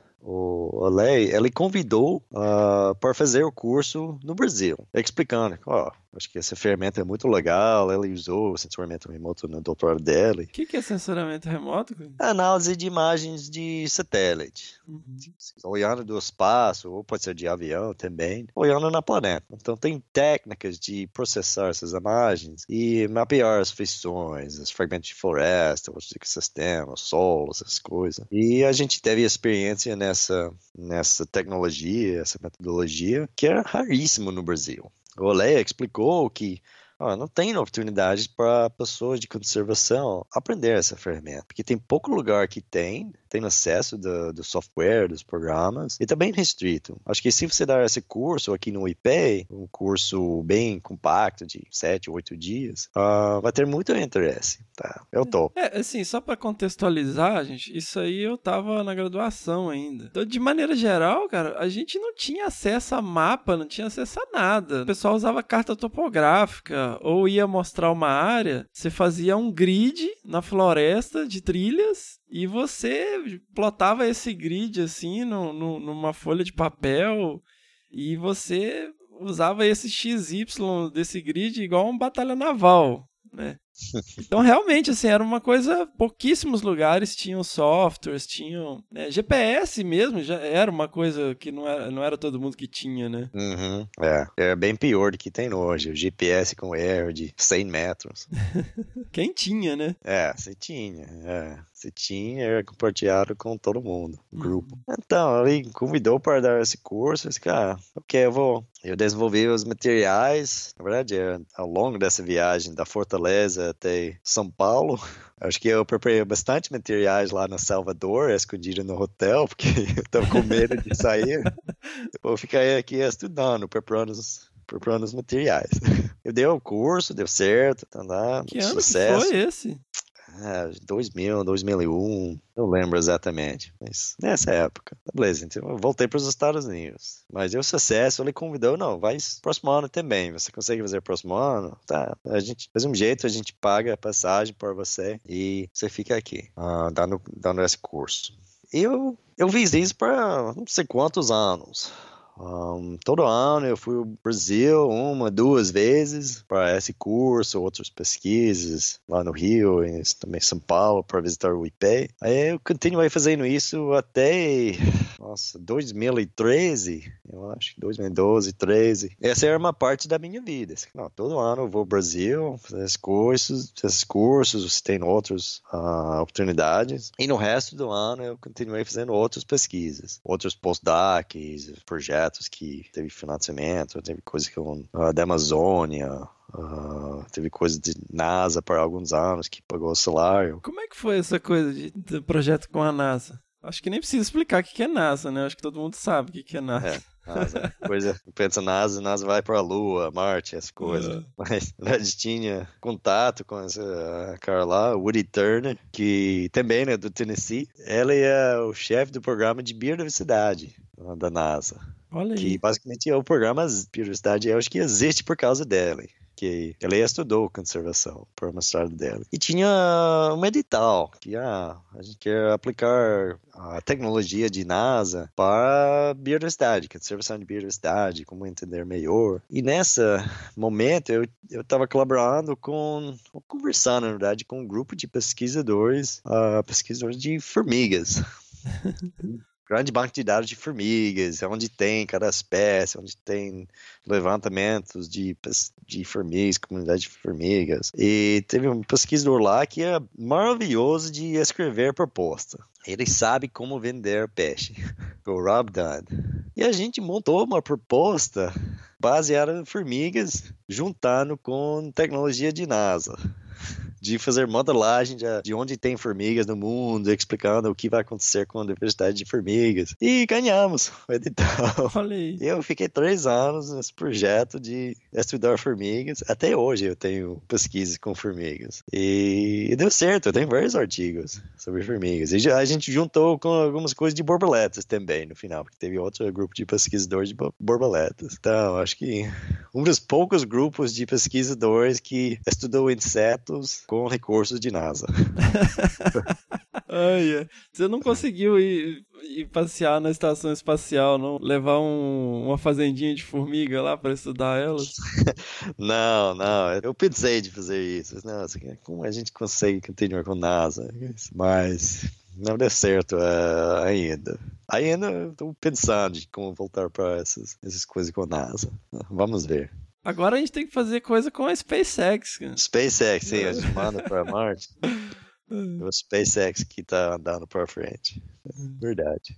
O Alei, ele convidou para fazer o curso no Brasil, explicando, acho que essa ferramenta é muito legal, ele usou o sensoriamento remoto no doutorado dele. O que é sensoriamento remoto? Análise de imagens de satélite, olhando do espaço, ou pode ser de avião também, olhando na planeta. Então tem técnicas de processar essas imagens e mapear as feições, os fragmentos de floresta, os ecossistemas, solo, essas coisas. E a gente teve experiência nessa tecnologia, essa metodologia, que era raríssimo no Brasil. O Olé explicou que não tem oportunidade para pessoas de conservação aprender essa ferramenta, porque tem pouco lugar que tem acesso do software, dos programas, e também restrito. Acho que se você dar esse curso aqui no IP, um curso bem compacto de 7, 8 dias, vai ter muito interesse, tá? Eu tô. Assim, só para contextualizar, gente, isso aí eu tava na graduação ainda. Então, de maneira geral, cara, a gente não tinha acesso a mapa, não tinha acesso a nada. O pessoal usava carta topográfica, ou ia mostrar uma área, você fazia um grid na floresta de trilhas e você plotava esse grid assim numa folha de papel e você usava esse XY desse grid igual uma batalha naval, né? Então, realmente, assim, era uma coisa... Pouquíssimos lugares tinham softwares, tinham... Né, GPS mesmo já era uma coisa que não era todo mundo que tinha, né? Uhum, é bem pior do que tem hoje. O GPS com erro de 100 metros. Quem tinha, né? Você tinha. Você tinha, era compartilhado com todo mundo, o grupo. Então, ele convidou para dar esse curso. Eu disse, ok, eu desenvolvi os materiais. Na verdade, ao longo dessa viagem da Fortaleza até São Paulo, acho que eu preparei bastante materiais lá no Salvador, escondido no hotel, porque eu estava com medo de sair. Eu vou ficar aqui estudando, preparando os materiais. Eu dei o curso, deu certo, tá lá, que ano sucesso. que foi esse? 2000, 2001, não lembro exatamente, mas nessa época. Beleza, então eu voltei para os Estados Unidos. Mas deu sucesso, ele convidou, não, vai próximo ano também, você consegue fazer próximo ano? Tá, a gente faz um jeito, a gente paga a passagem para você e você fica aqui, dando esse curso. Eu fiz isso para não sei quantos anos. Todo ano eu fui ao Brasil 1, 2 vezes para esse curso, outras pesquisas lá no Rio e também em São Paulo para visitar o IP. Aí eu continuei fazendo isso até 2013, eu acho, 2012, 13. Essa era uma parte da minha vida. Não, todo ano eu vou ao Brasil fazer esses cursos, você tem outras oportunidades. E no resto do ano eu continuei fazendo outras pesquisas, outros postdocs, projetos que teve financiamento, teve coisa da Amazônia, teve coisa de NASA por alguns anos que pagou o salário. Como é que foi essa coisa de projeto com a NASA? Acho que nem precisa explicar o que é NASA, né? Acho que todo mundo sabe o que é NASA. NASA, pensa NASA vai para a Lua, Marte, essas coisas. Mas a gente tinha contato com essa cara lá, Woody Turner, que também é do Tennessee. Ela é o chefe do programa de biodiversidade da NASA. Olha aí. Que basicamente é o programa de biodiversidade, eu acho que existe por causa dela. Que ela estudou conservação por mestrado dela. E tinha um edital que a gente quer aplicar a tecnologia de NASA para biodiversidade, conservação de biodiversidade, como entender melhor. E nesse momento eu estava conversando, na verdade, com um grupo de pesquisadores de formigas. Grande banco de dados de formigas, onde tem cada espécie, onde tem levantamentos de formigas, comunidade de formigas. E teve um pesquisador lá que é maravilhoso de escrever proposta. Ele sabe como vender peixe, o Rob Dunn. E a gente montou uma proposta baseada em formigas, juntando com tecnologia de NASA. De fazer modelagem de onde tem formigas no mundo, explicando o que vai acontecer com a diversidade de formigas. E ganhamos o edital. Olha aí. Eu fiquei 3 anos nesse projeto de estudar formigas. Até hoje eu tenho pesquisas com formigas. E deu certo, eu tenho vários artigos sobre formigas. E a gente juntou com algumas coisas de borboletas também no final, porque teve outro grupo de pesquisadores de borboletas. Então, acho que um dos poucos grupos de pesquisadores que estudou insetos com recursos de NASA. Você não conseguiu ir passear na estação espacial, não? Levar uma fazendinha de formiga lá para estudar elas? Não. Eu pensei de fazer isso. Nossa, como a gente consegue continuar com NASA? Mas não deu certo ainda. Ainda estou pensando em como voltar para essas coisas com a NASA. Vamos ver. Agora a gente tem que fazer coisa com a SpaceX. Cara. SpaceX, sim, a gente manda para Marte. O SpaceX que tá andando para frente. Verdade.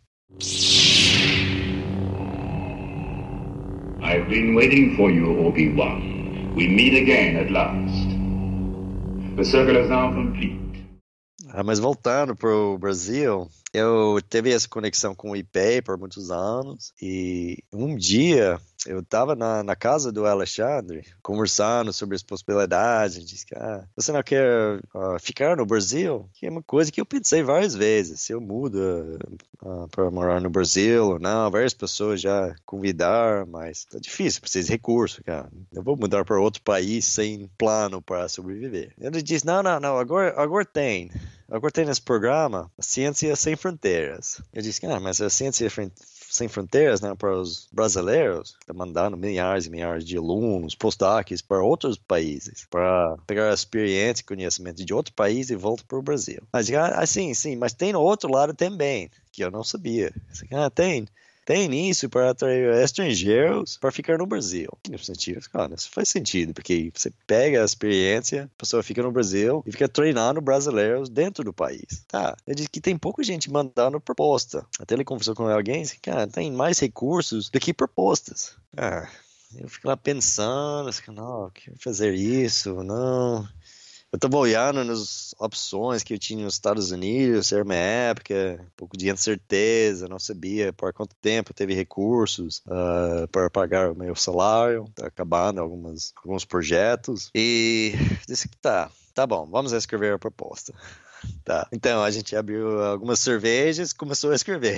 I've been waiting for you, Obi-Wan. We meet again at last. The circle is now complete. Mas voltando pro Brasil, eu teve essa conexão com o IP por muitos anos e um dia eu estava na casa do Alexandre conversando sobre as possibilidades. Disse que você não quer ficar no Brasil? Que é uma coisa que eu pensei várias vezes. Se eu mudo para morar no Brasil ou não, várias pessoas já convidaram, mas é difícil, precisa de recurso, cara. Eu vou mudar para outro país sem plano para sobreviver. Ele disse, não, agora tem. Agora tem nesse programa a Ciência Sem Fronteiras. Eu disse, mas a Ciência Sem Fronteiras, né, para os brasileiros, está mandando milhares e milhares de alunos, postdocs para outros países, para pegar a experiência e conhecimento de outro país e voltar para o Brasil. Mas, sim, mas tem no outro lado também, que eu não sabia. Tem isso para atrair estrangeiros para ficar no Brasil. No sentido, isso faz sentido, porque você pega a experiência, a pessoa fica no Brasil e fica treinando brasileiros dentro do país. Ele diz que tem pouca gente mandando proposta. Até ele conversou com alguém, tem mais recursos do que propostas. Eu fico lá pensando, não, quero fazer isso, não. Eu tava olhando nas opções que eu tinha nos Estados Unidos, era uma época, um pouco de incerteza, não sabia por quanto tempo teve recursos para pagar o meu salário, tá acabando alguns projetos, e disse que tá bom, vamos escrever a proposta. Tá. Então, a gente abriu algumas cervejas e começou a escrever.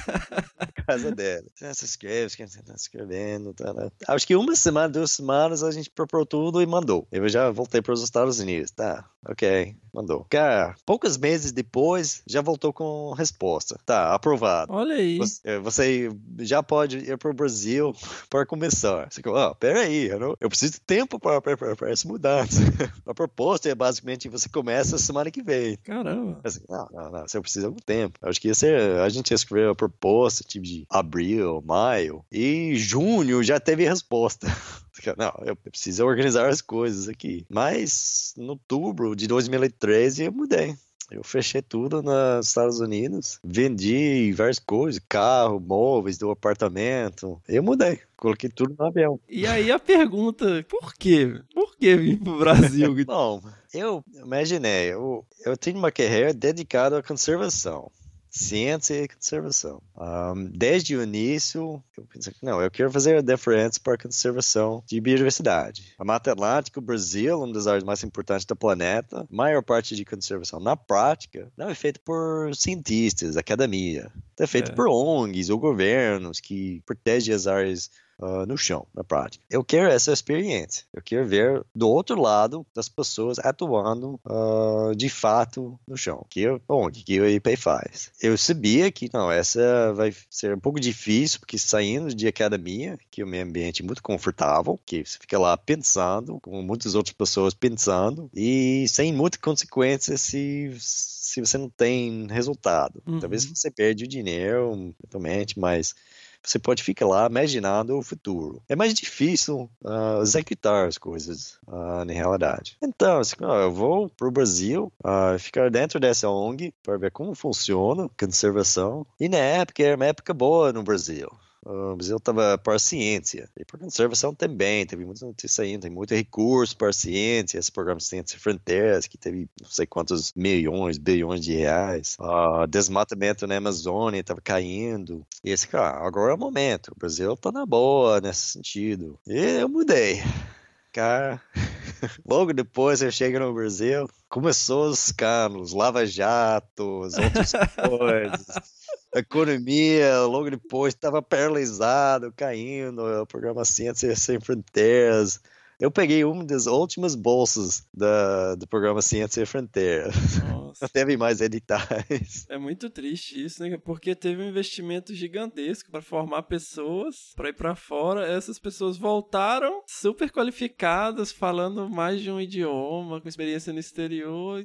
Na casa dela. Você escreve, você tá escrevendo. Tá. Acho que 1 semana, 2 semanas, a gente preparou tudo e mandou. Eu já voltei para os Estados Unidos. Tá, ok, mandou. Cara, poucos meses depois, já voltou com resposta. Tá, aprovado. Olha aí. Você já pode ir para o Brasil para começar. Você fala, peraí, eu preciso de tempo para essa mudança. A proposta é basicamente você começa semana que vem. Caramba. Assim, não, você precisa de algum tempo. Acho que a gente escreveu a proposta tipo de abril, maio, e junho já teve resposta. Não, eu preciso organizar as coisas aqui. Mas, em outubro de 2013, eu mudei. Eu fechei tudo nos Estados Unidos, vendi várias coisas, carro, móveis do apartamento. Eu mudei, coloquei tudo no avião. E aí a pergunta, por quê? Por que vir pro Brasil? Bom, eu imaginei, eu tenho uma carreira dedicada à conservação. Ciência e conservação. Desde o início, eu pensei que eu quero fazer a diferença para a conservação de biodiversidade. A Mata Atlântica, o Brasil, uma das áreas mais importantes do planeta, a maior parte de conservação na prática não é feita por cientistas, academia. É feito por ONGs ou governos que protegem as áreas no chão, na prática. Eu quero essa experiência. Eu quero ver do outro lado das pessoas atuando de fato no chão. Que o IP faz. Eu sabia que essa vai ser um pouco difícil, porque saindo de academia, que é um meio ambiente muito confortável, que você fica lá pensando, com muitas outras pessoas pensando, e sem muita consequência se você não tem resultado. Talvez você perde o dinheiro, totalmente, mas você pode ficar lá imaginando o futuro. É mais difícil executar as coisas na realidade. Então, eu vou para o Brasil, ficar dentro dessa ONG para ver como funciona a conservação. E na época, era uma época boa no Brasil. O Brasil estava para a ciência e para a conservação também, teve muitas notícias saindo, tem muito recurso para a ciência, esse programa Ciência Sem Fronteiras, que teve não sei quantos bilhões de reais, desmatamento na Amazônia estava caindo, e agora é o momento, o Brasil está na boa nesse sentido, e eu mudei. Cara, logo depois eu chego no Brasil, começou os escândalos, lava-jatos, outras coisas. A economia, logo depois, estava paralisado, caindo, o programa Ciência Sem Fronteiras. Eu peguei uma das últimas bolsas do programa Ciência Sem Fronteiras. Não teve mais editais. É muito triste isso, né? Porque teve um investimento gigantesco para formar pessoas para ir para fora. Essas pessoas voltaram super qualificadas, falando mais de um idioma, com experiência no exterior,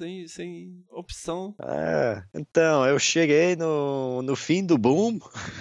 sem opção. Então, eu cheguei no fim do boom.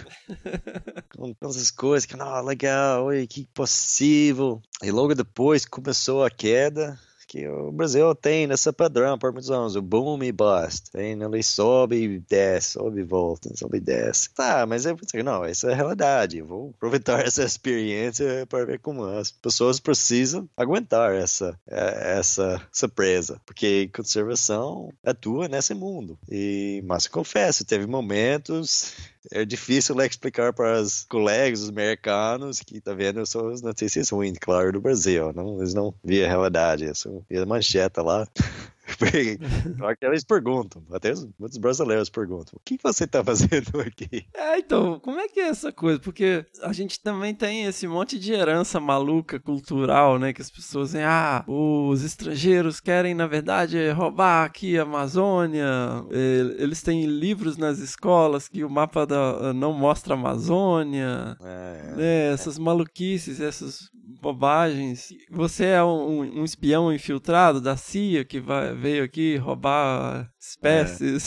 Com essas coisas que, legal, oi, que possível. E logo depois começou a queda, que o Brasil tem nessa padrão por muitos anos, o boom e bust. Ele sobe e desce, sobe e volta, sobe e desce. Tá, mas eu pensei, essa é a realidade. Eu vou aproveitar essa experiência para ver como as pessoas precisam aguentar essa surpresa. Porque conservação atua nesse mundo. Mas confesso, teve momentos... É difícil explicar para os colegas, os americanos, que tá vendo só as notícias ruins, claro, do Brasil. Eles não viam a realidade, eles viam a manchete lá. Claro que eles perguntam, até muitos brasileiros perguntam, o que você tá fazendo aqui? Então, como é que é essa coisa? Porque a gente também tem esse monte de herança maluca cultural, né? Que as pessoas dizem, os estrangeiros querem, na verdade, roubar aqui a Amazônia. Eles têm livros nas escolas que o mapa não mostra a Amazônia. Né? Essas maluquices, essas bobagens. Você é um espião infiltrado da CIA que veio aqui roubar espécies.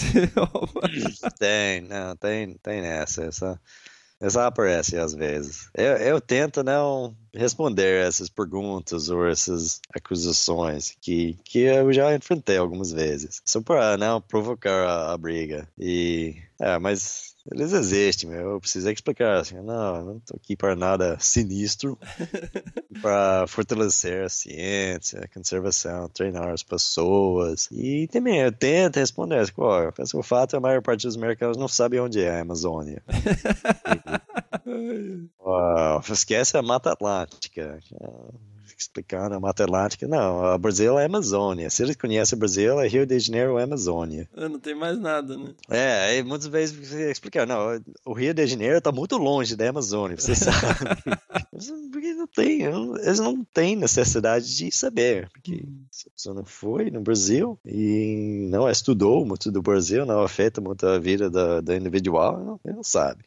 Tem essa aparece às vezes. Eu tento não responder essas perguntas ou essas acusações que eu já enfrentei algumas vezes, só para não provocar a briga. Mas Eles existem, mas eu preciso explicar assim, não, eu não tô aqui para nada sinistro, para fortalecer a ciência, a conservação, treinar as pessoas. E também eu tento responder, o fato é que a maior parte dos americanos não sabe onde é a Amazônia. Esquece a Mata Atlântica. Explicando a Mata Atlântica. Não, o Brasil é a Amazônia. Se eles conhecem o Brasil, é Rio de Janeiro é Amazônia. Não tem mais nada, né? Aí muitas vezes você explica, não, o Rio de Janeiro está muito longe da Amazônia, você sabe. Porque eles não têm necessidade de saber. Porque se a pessoa não foi no Brasil e não estudou muito do Brasil, não afeta muito a vida do individual, ele não sabe.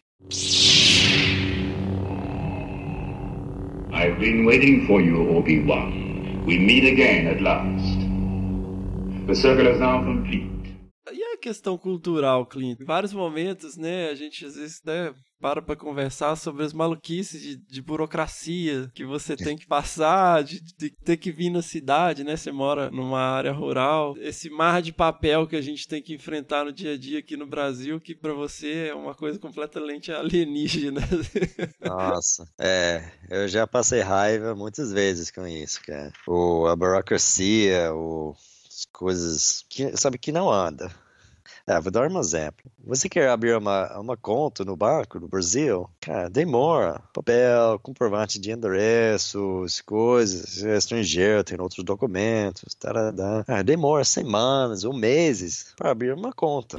I've been waiting for you, Obi-Wan. We meet again at last. The circle is now complete. E a questão cultural, Clint? Em vários momentos, né, a gente às vezes para conversar sobre as maluquices de burocracia que você tem que passar, de ter que vir na cidade, né? Você mora numa área rural. Esse mar de papel que a gente tem que enfrentar no dia a dia aqui no Brasil, que pra você é uma coisa completamente alienígena. Nossa, eu já passei raiva muitas vezes com isso, cara. A burocracia, as coisas que não anda. Vou dar um exemplo. Você quer abrir uma conta no banco no Brasil? Cara, demora. Papel, comprovante de endereços, coisas. É estrangeiro, tem outros documentos. Demora semanas ou meses para abrir uma conta.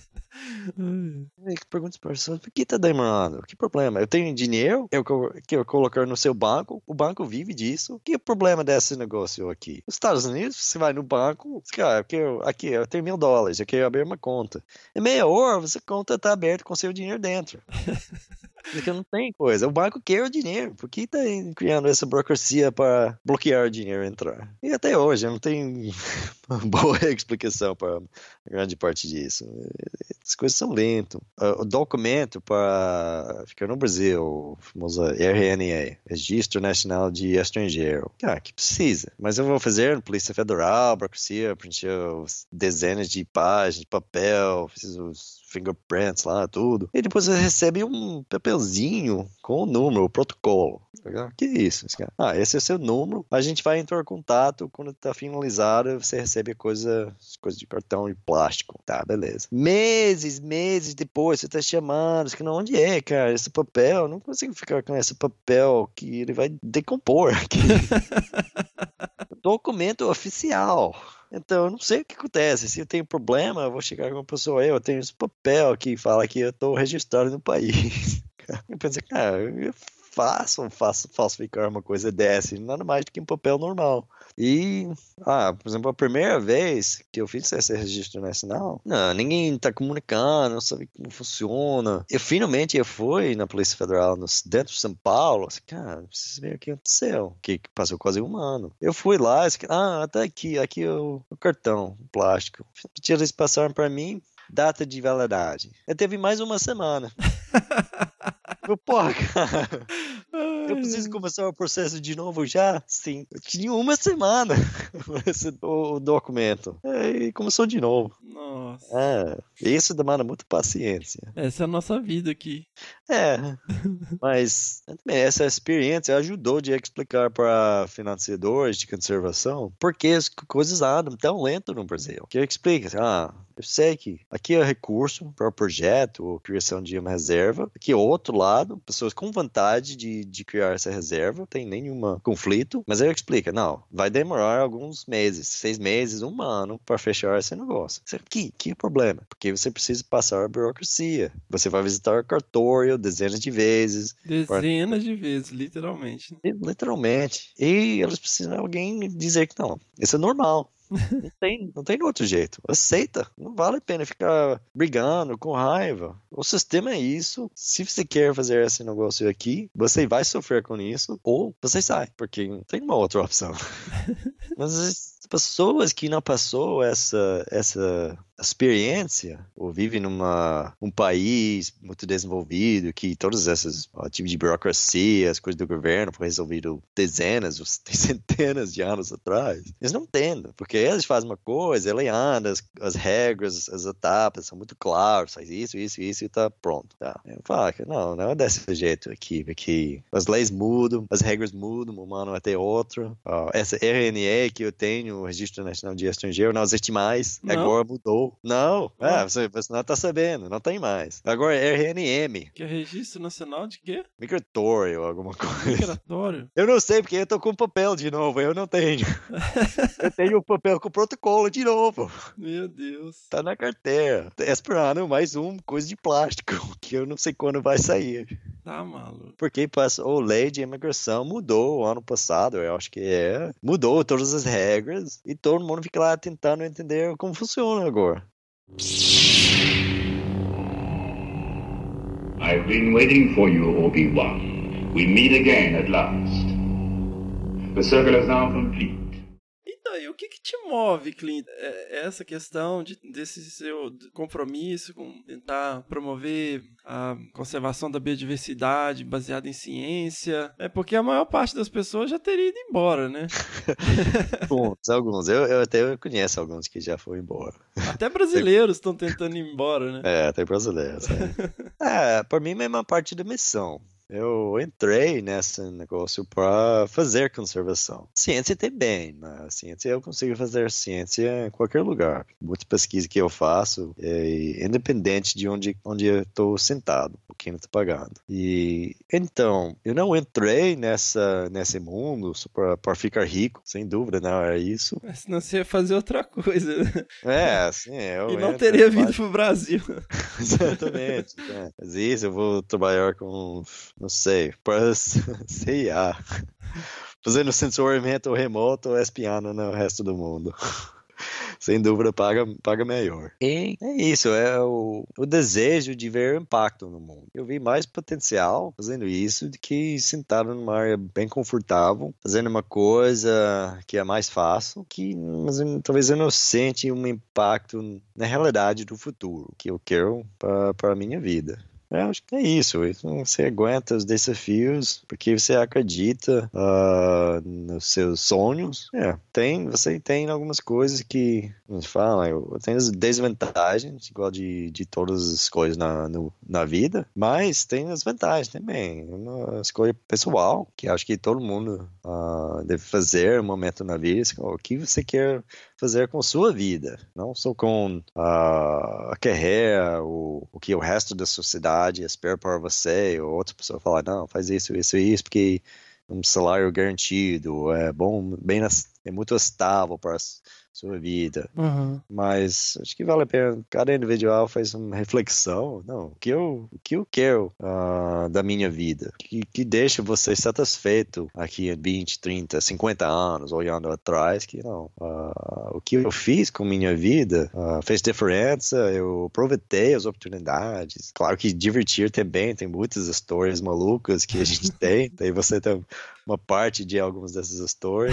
Pergunta para as pessoas, por que está demorando? Que problema? Eu tenho dinheiro que eu colocar no seu banco, o banco vive disso. Que é o problema desse negócio aqui? Nos Estados Unidos, você vai no banco, cara, aqui eu tenho $1.000, eu quero abrir uma conta. Em meia hora, a conta está aberta com seu dinheiro dentro. Porque não tem coisa. O banco quer o dinheiro. Por que está criando essa burocracia para bloquear o dinheiro entrar? E até hoje eu não tenho uma boa explicação para grande parte disso. As coisas são lentas. O documento para ficar no Brasil, o famoso RNA, Registro Nacional de Estrangeiro. Que precisa. Mas eu vou fazer na Polícia Federal, burocracia, preencher dezenas de páginas de papel, preciso os fingerprints lá, tudo. E depois você recebe um papelzinho com o número, o protocolo. Que isso? Esse é o seu número. A gente vai entrar em contato. Quando está finalizado, você recebe coisa de cartão e plástico. Tá, beleza. Meses depois, você está chamando. Onde é, cara? Esse papel? Eu não consigo ficar com esse papel que ele vai decompor aqui. Documento oficial. Então, eu não sei o que acontece. Se eu tenho problema, eu vou chegar com uma pessoa, eu tenho esse papel que fala que eu estou registrado no país. Eu pensei, eu faço falsificar uma coisa dessa, nada mais do que um papel normal. E, por exemplo, a primeira vez que eu fiz esse registro nacional, ninguém está comunicando, não sabe como funciona. Eu fui na Polícia Federal dentro de São Paulo, preciso ver o que aconteceu, que passou quase um ano. Eu fui lá, tá aqui o cartão, o plástico. Eles passaram para mim, data de validade. Eu teve mais uma semana. Porra, cara, eu preciso começar o processo de novo já? Sim. Eu tinha uma semana o documento. E começou de novo. Nossa. Isso demanda muita paciência. Essa é a nossa vida aqui. Mas essa experiência ajudou de explicar para financiadores de conservação por que as coisas andam tão lento no Brasil. Que explica, eu sei que aqui é recurso para o projeto ou criação de uma reserva. Aqui é outro lado, pessoas com vontade de criar essa reserva, não tem nenhum conflito. Mas ele explica, vai demorar alguns meses, 6 meses, 1 ano para fechar esse negócio. Que é o problema? Porque você precisa passar a burocracia. Você vai visitar o cartório dezenas de vezes. Dezenas de vezes, literalmente. Literalmente. E eles precisam de alguém dizer que não, isso é normal. Não tem outro jeito. Aceita. Não vale a pena ficar brigando com raiva. O sistema é isso. Se você quer fazer esse negócio aqui, você vai sofrer com isso ou você sai, porque não tem uma outra opção. Mas As pessoas que não passou essa experiência, ou vivem um país muito desenvolvido, que todas essas tipos de burocracia, as coisas do governo foram resolvidas dezenas, centenas de anos atrás, eles não entendem, porque eles fazem uma coisa, ele anda, as regras, as etapas são muito claras, faz isso e tá pronto. Tá? Eu falo que não é desse jeito aqui, porque as leis mudam, as regras mudam, um ano até outro. Essa RNE que eu tenho, o Registro Nacional de Estrangeiro, não existe mais, agora mudou. Não, você não tá sabendo, não tem mais. Agora é RNM. Que é Registro Nacional de quê? Migratório, alguma coisa. Migratório? Eu não sei, porque eu tô com papel de novo, eu não tenho. Eu tenho o papel com protocolo de novo. Meu Deus. Tá na carteira. Esperando mais coisa de plástico, que eu não sei quando vai sair. Tá maluco. Porque passou, a lei de imigração mudou ano passado, eu acho que mudou todas as regras e todo mundo fica lá tentando entender como funciona agora. I've been waiting for you, Obi-Wan. We meet again at last. The circle is now complete. Então, e o que te move, Clint? Essa questão desse seu compromisso com tentar promover a conservação da biodiversidade baseada em ciência? É porque a maior parte das pessoas já teria ido embora, né? Alguns. Eu até conheço alguns que já foram embora. Até brasileiros estão tentando ir embora, né? Até brasileiros. Para mim, é uma parte da missão. Eu entrei nesse negócio para fazer conservação. Ciência também, mas ciência eu consigo fazer ciência em qualquer lugar. Muita pesquisa que eu faço é independente de onde eu estou sentado, o que eu estou pagando. E então, eu não entrei nesse mundo para ficar rico, sem dúvida, não era isso. Mas senão você ia fazer outra coisa. Sim. E não teria vindo pro Brasil. Exatamente. Mas isso, eu vou trabalhar com... Não sei, para CIA. Fazendo sensoriamento remoto ou espiando no resto do mundo. Sem dúvida, paga melhor. E é isso, é o desejo de ver impacto no mundo. Eu vi mais potencial fazendo isso do que sentado numa área bem confortável, fazendo uma coisa que é mais fácil, mas talvez eu não sente um impacto na realidade do futuro, que eu quero para a minha vida. Eu acho que é isso. Você aguenta os desafios porque você acredita nos seus sonhos. Você tem algumas coisas que a gente fala, tem as desvantagens, igual de todas as coisas na vida, mas tem as vantagens também. É uma escolha pessoal, que acho que todo mundo deve fazer um momento na vida. O que você quer fazer com a sua vida, não só com a carreira, o que o resto da sociedade espera para você, ou outra pessoa falar, não, faz isso, porque um salário garantido, é bom, é muito estável para a sua vida. Uhum. Mas acho que vale a pena, cada individual faz uma reflexão, não, o que eu quero da minha vida, que deixa você satisfeito aqui em 20, 30, 50 anos, olhando atrás, que não, o que eu fiz com minha vida fez diferença, eu aproveitei as oportunidades, claro que divertir também, tem muitas histórias malucas que a gente tem, daí você tem uma parte de algumas dessas histórias.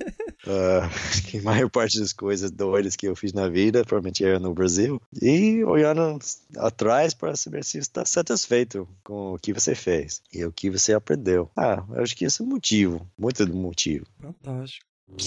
Que a maior parte das coisas doidas que eu fiz na vida provavelmente era no Brasil, e olhando atrás para saber se está satisfeito com o que você fez e o que você aprendeu. Eu acho que esse é o motivo, muito do motivo. Fantástico.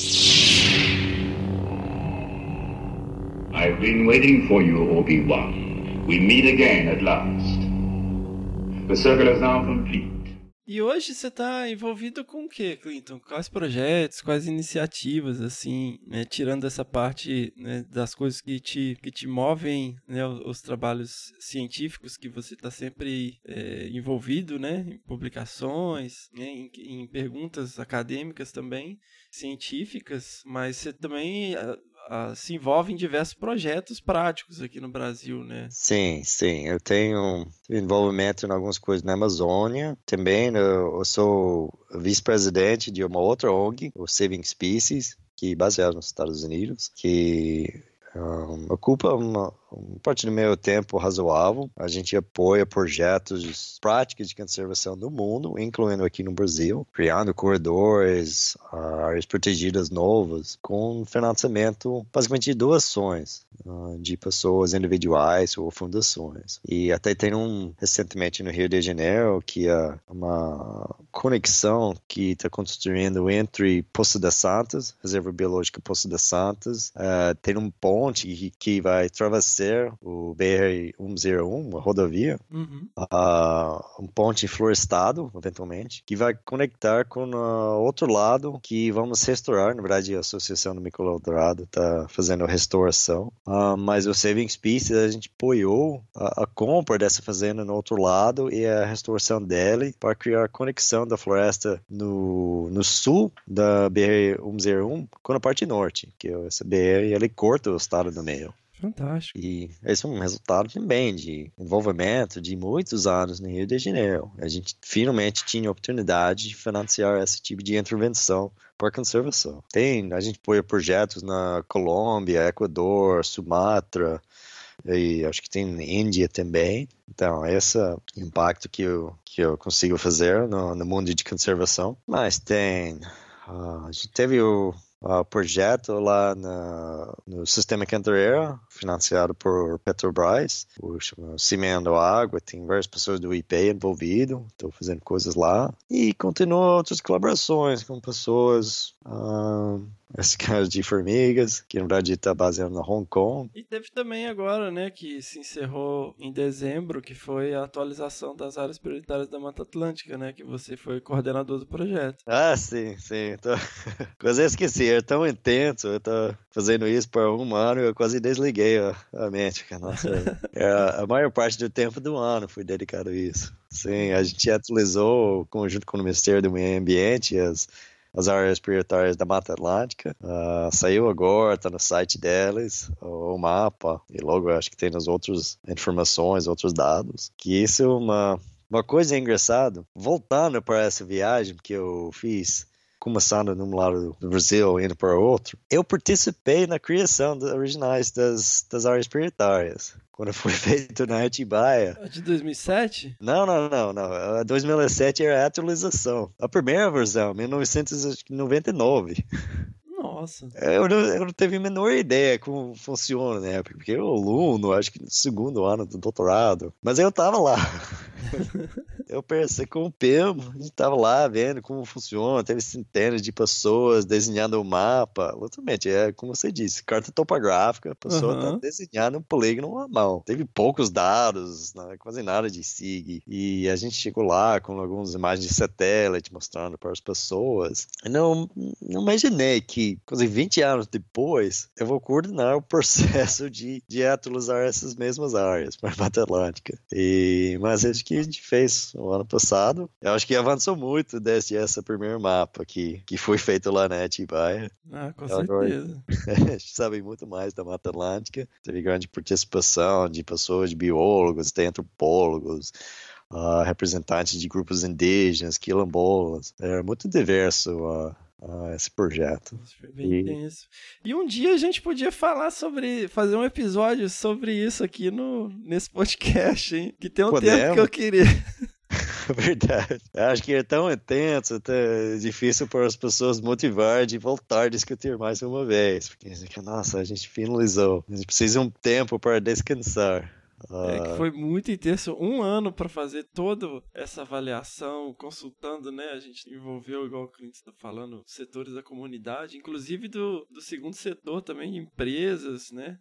I've been waiting for you, Obi-Wan. We meet again at last. The circle is now complete. E hoje você está envolvido com o quê, Clinton? Quais projetos, quais iniciativas, assim, né? Tirando essa parte, né, das coisas que te movem, né, os trabalhos científicos que você está sempre envolvido, né, em publicações, né, em perguntas acadêmicas também, científicas, mas você também se envolve em diversos projetos práticos aqui no Brasil, né? Sim, eu tenho envolvimento em algumas coisas na Amazônia. Também eu sou vice-presidente de uma outra ONG, o Saving Species, que é baseado nos Estados Unidos, que ocupa uma parte do meu tempo razoável. A gente apoia projetos práticos de conservação no mundo, incluindo aqui no Brasil, criando corredores, áreas protegidas novas, com financiamento basicamente de doações de pessoas individuais ou fundações. E até tem recentemente no Rio de Janeiro, que é uma conexão que está construindo entre Poço das Santas, Reserva Biológica Poço das Santas, tem um ponte que vai atravessar o BR-101, uma rodovia, um ponte florestado, eventualmente, que vai conectar com o outro lado, que vamos restaurar. Na verdade, a Associação do Mico Eldorado está fazendo a restauração, mas o Saving Species, a gente apoiou a compra dessa fazenda no outro lado e a restauração dele para criar a conexão da floresta no sul da BR-101 com a parte norte, que essa BR, ele corta o estado do meio. Fantástico. E esse é um resultado também de envolvimento de muitos anos no Rio de Janeiro. A gente finalmente tinha a oportunidade de financiar esse tipo de intervenção para conservação. A gente apoia projetos na Colômbia, Equador, Sumatra, e acho que tem na Índia também. Então, esse é o impacto que eu consigo fazer no mundo de conservação. Mas a gente teve o projeto lá no Sistema Cantareira, financiado por Petrobras, o Cimento Água, tem várias pessoas do IP envolvidas, estou fazendo coisas lá, e continuo outras colaborações com pessoas, esse caso de formigas, que na verdade está baseado na Hong Kong. E teve também agora, né, que se encerrou em dezembro, que foi a atualização das áreas prioritárias da Mata Atlântica, né, que você foi coordenador do projeto. Sim. Quase esqueci, era tão intenso, eu tô fazendo isso por um ano e eu quase desliguei a mente. Nossa, a maior parte do tempo do ano foi dedicado a isso. Sim, a gente atualizou, junto com o Ministério do Meio Ambiente, as áreas prioritárias da Mata Atlântica. Saiu agora, está no site deles, o mapa, e logo acho que tem as outras informações, outros dados. Que isso é uma coisa engraçada. Voltando para essa viagem que eu fiz, começando num lado do Brasil, indo para o outro, eu participei na criação originais das áreas prioritárias. Quando foi feito na Atibaia. De 2007? Não. A 2007 era a atualização. A primeira versão, 1999. Nossa. Eu não tive a menor ideia como funciona, né? Porque eu aluno, acho que no segundo ano do doutorado. Mas eu tava lá. Eu pensei com o Pemo, a gente tava lá vendo como funciona, teve centenas de pessoas desenhando o mapa. Exatamente, como você disse, carta topográfica, a pessoa tá desenhando um polígono à mão. Teve poucos dados, quase nada de SIG. E a gente chegou lá com algumas imagens de satélite mostrando para as pessoas. Não imaginei que, quase 20 anos depois, eu vou coordenar o processo de atualizar essas mesmas áreas para a Mata Atlântica. Mas acho que a gente fez no ano passado. Eu acho que avançou muito desde esse primeiro mapa que foi feito lá na Atibaia. Com certeza. A gente sabe muito mais da Mata Atlântica. Teve grande participação de pessoas, de biólogos, de antropólogos, representantes de grupos indígenas, quilombolas. Era muito diverso esse projeto. Foi bem intenso. E um dia a gente podia fazer um episódio sobre isso aqui nesse podcast, hein? Que tem um tempo que eu queria. Verdade. Acho que é tão intenso, tão difícil para as pessoas motivar de voltar a discutir mais uma vez. Porque, nossa, a gente finalizou. A gente precisa de um tempo para descansar. Que foi muito intenso, 1 ano para fazer toda essa avaliação, consultando, né? A gente envolveu, igual o Clint está falando, setores da comunidade, inclusive do segundo setor também, empresas, né?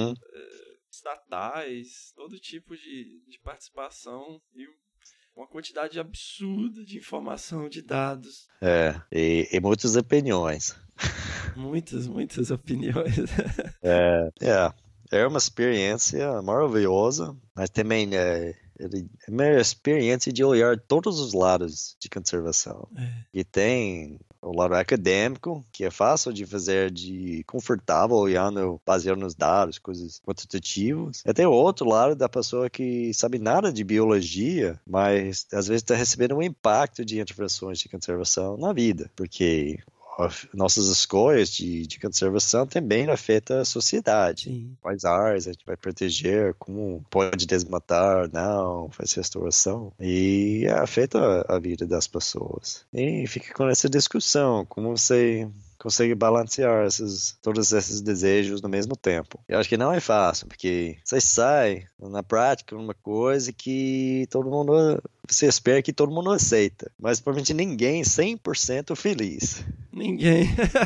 Estatais, todo tipo de participação e uma quantidade absurda de informação, de dados. E muitas opiniões. Muitas opiniões. É uma experiência maravilhosa, mas também é uma experiência de olhar todos os lados de conservação. E tem o lado acadêmico, que é fácil de fazer, de confortável, baseado nos dados, coisas quantitativas. E tem o outro lado da pessoa que sabe nada de biologia, mas às vezes está recebendo um impacto de intervenções de conservação na vida, porque nossas escolhas de conservação também afetam a sociedade. Sim. Quais áreas a gente vai proteger, como pode desmatar, não, faz restauração. E afeta a vida das pessoas. E fica com essa discussão, como você consegue balancear todos esses desejos no mesmo tempo. Eu acho que não é fácil, porque você sai na prática uma coisa que você espera que todo mundo aceita, mas provavelmente ninguém é 100% feliz. Ninguém.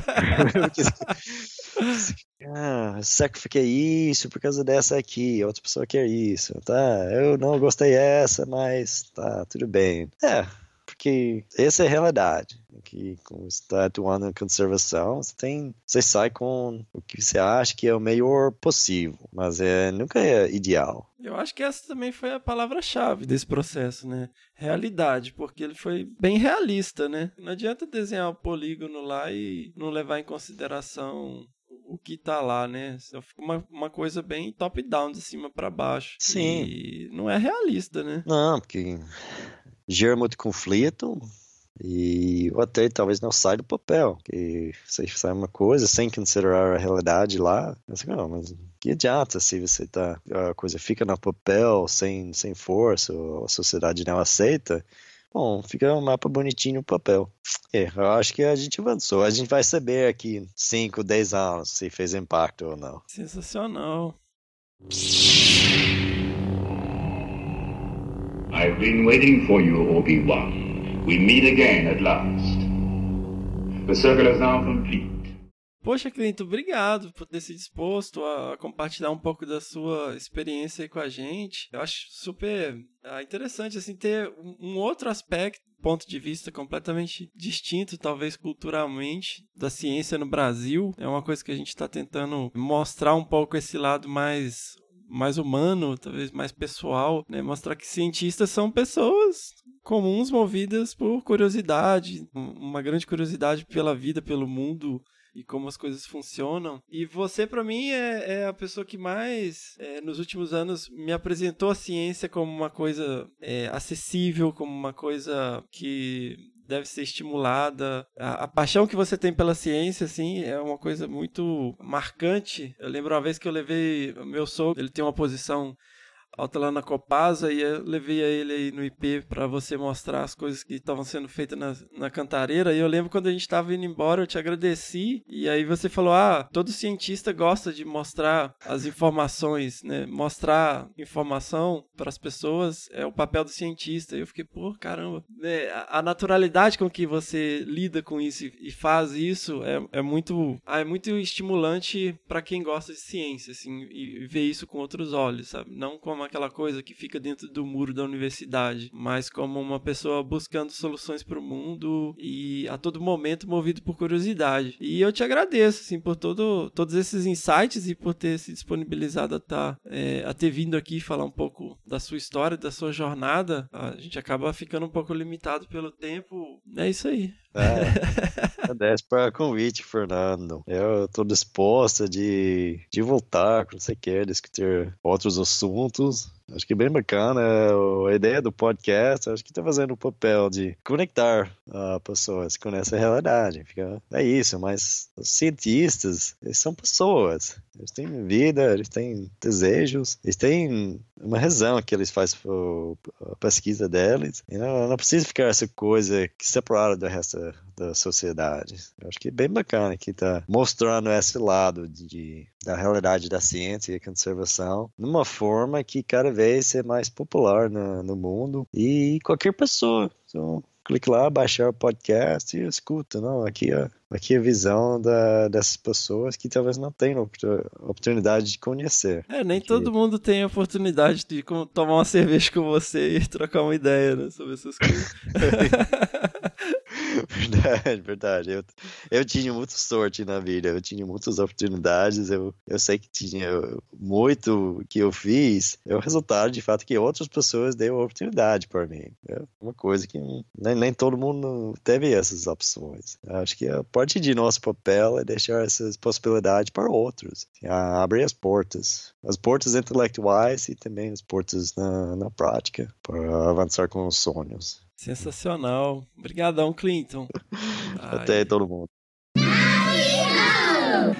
Sacrifiquei isso por causa dessa aqui, outra pessoa quer isso, tá? Eu não gostei dessa, mas tá, tudo bem. Porque essa é a realidade. Que quando você está atuando em conservação, você sai com o que você acha que é o melhor possível, mas nunca é ideal. Eu acho que essa também foi a palavra-chave desse processo, né? Realidade, porque ele foi bem realista, né? Não adianta desenhar o polígono lá e não levar em consideração o que tá lá, né? Fica uma coisa bem top-down, de cima para baixo. Sim. E não é realista, né? Não, porque gera muito conflito e o roteiro talvez não saia do papel, que você sai uma coisa sem considerar a realidade lá, mas que adianta se a coisa fica no papel sem força, ou a sociedade não aceita. Bom, fica um mapa bonitinho no papel. Eu acho que a gente avançou. A gente vai saber aqui em 5, 10 anos se fez impacto ou não. Sensacional. I've been waiting for you, Obi-Wan. We meet again at last. The circle is now complete. Poxa, Clinton, obrigado por ter se disposto a compartilhar um pouco da sua experiência aí com a gente. Eu acho super interessante assim, ter um outro aspecto, ponto de vista completamente distinto, talvez culturalmente, da ciência no Brasil. É uma coisa que a gente está tentando mostrar um pouco esse lado mais humano, talvez mais pessoal, né? Mostrar que cientistas são pessoas comuns movidas por curiosidade, uma grande curiosidade pela vida, pelo mundo e como as coisas funcionam. E você, para mim, é a pessoa que mais, nos últimos anos, me apresentou a ciência como uma coisa acessível, como uma coisa que deve ser estimulada. A paixão que você tem pela ciência, assim, é uma coisa muito marcante. Eu lembro uma vez que eu levei o meu sogro, ele tem uma posição alta lá na Copasa, e eu levei a ele aí no IP para você mostrar as coisas que estavam sendo feitas na Cantareira. E eu lembro quando a gente estava indo embora, eu te agradeci, e aí você falou, todo cientista gosta de mostrar as informações, né? Mostrar informação para as pessoas é o papel do cientista. E eu fiquei, caramba, a naturalidade com que você lida com isso e faz isso é muito estimulante para quem gosta de ciência, assim, e ver isso com outros olhos, sabe? Não como aquela coisa que fica dentro do muro da universidade, mas como uma pessoa buscando soluções para o mundo e a todo momento movido por curiosidade. E eu te agradeço, assim, por todos esses insights e por ter se disponibilizado a ter vindo aqui falar um pouco da sua história, da sua jornada. A gente acaba ficando um pouco limitado pelo tempo. É isso aí. Agradece para o convite, Fernando. Eu estou disposto de voltar quando você quer discutir outros assuntos. Acho que é bem bacana a ideia do podcast. Acho que está fazendo o papel de conectar pessoas com essa realidade. É isso, mas os cientistas, eles são pessoas. Eles têm vida, eles têm desejos, eles têm uma razão que eles fazem a pesquisa deles. E não precisa ficar essa coisa separada do resto da sociedade. Eu acho que é bem bacana que está mostrando esse lado da realidade da ciência e conservação numa forma que cada vez é mais popular no mundo e qualquer pessoa. Então, clique lá, baixar o podcast e escuta. Aqui é a visão dessas pessoas que talvez não tenham oportunidade de conhecer. Nem todo mundo tem a oportunidade de tomar uma cerveja com você e trocar uma ideia, né, sobre essas coisas. Verdade. Eu tinha muita sorte na vida, eu tinha muitas oportunidades, eu sei que tinha muito que eu fiz, é o resultado de fato que outras pessoas deram oportunidade para mim. É uma coisa que nem todo mundo teve essas opções. Eu acho que a parte de nosso papel é deixar essas possibilidades para outros, abrir as portas intelectuais e também as portas na prática para avançar com os sonhos. Sensacional. Obrigadão, Clinton. Até todo mundo.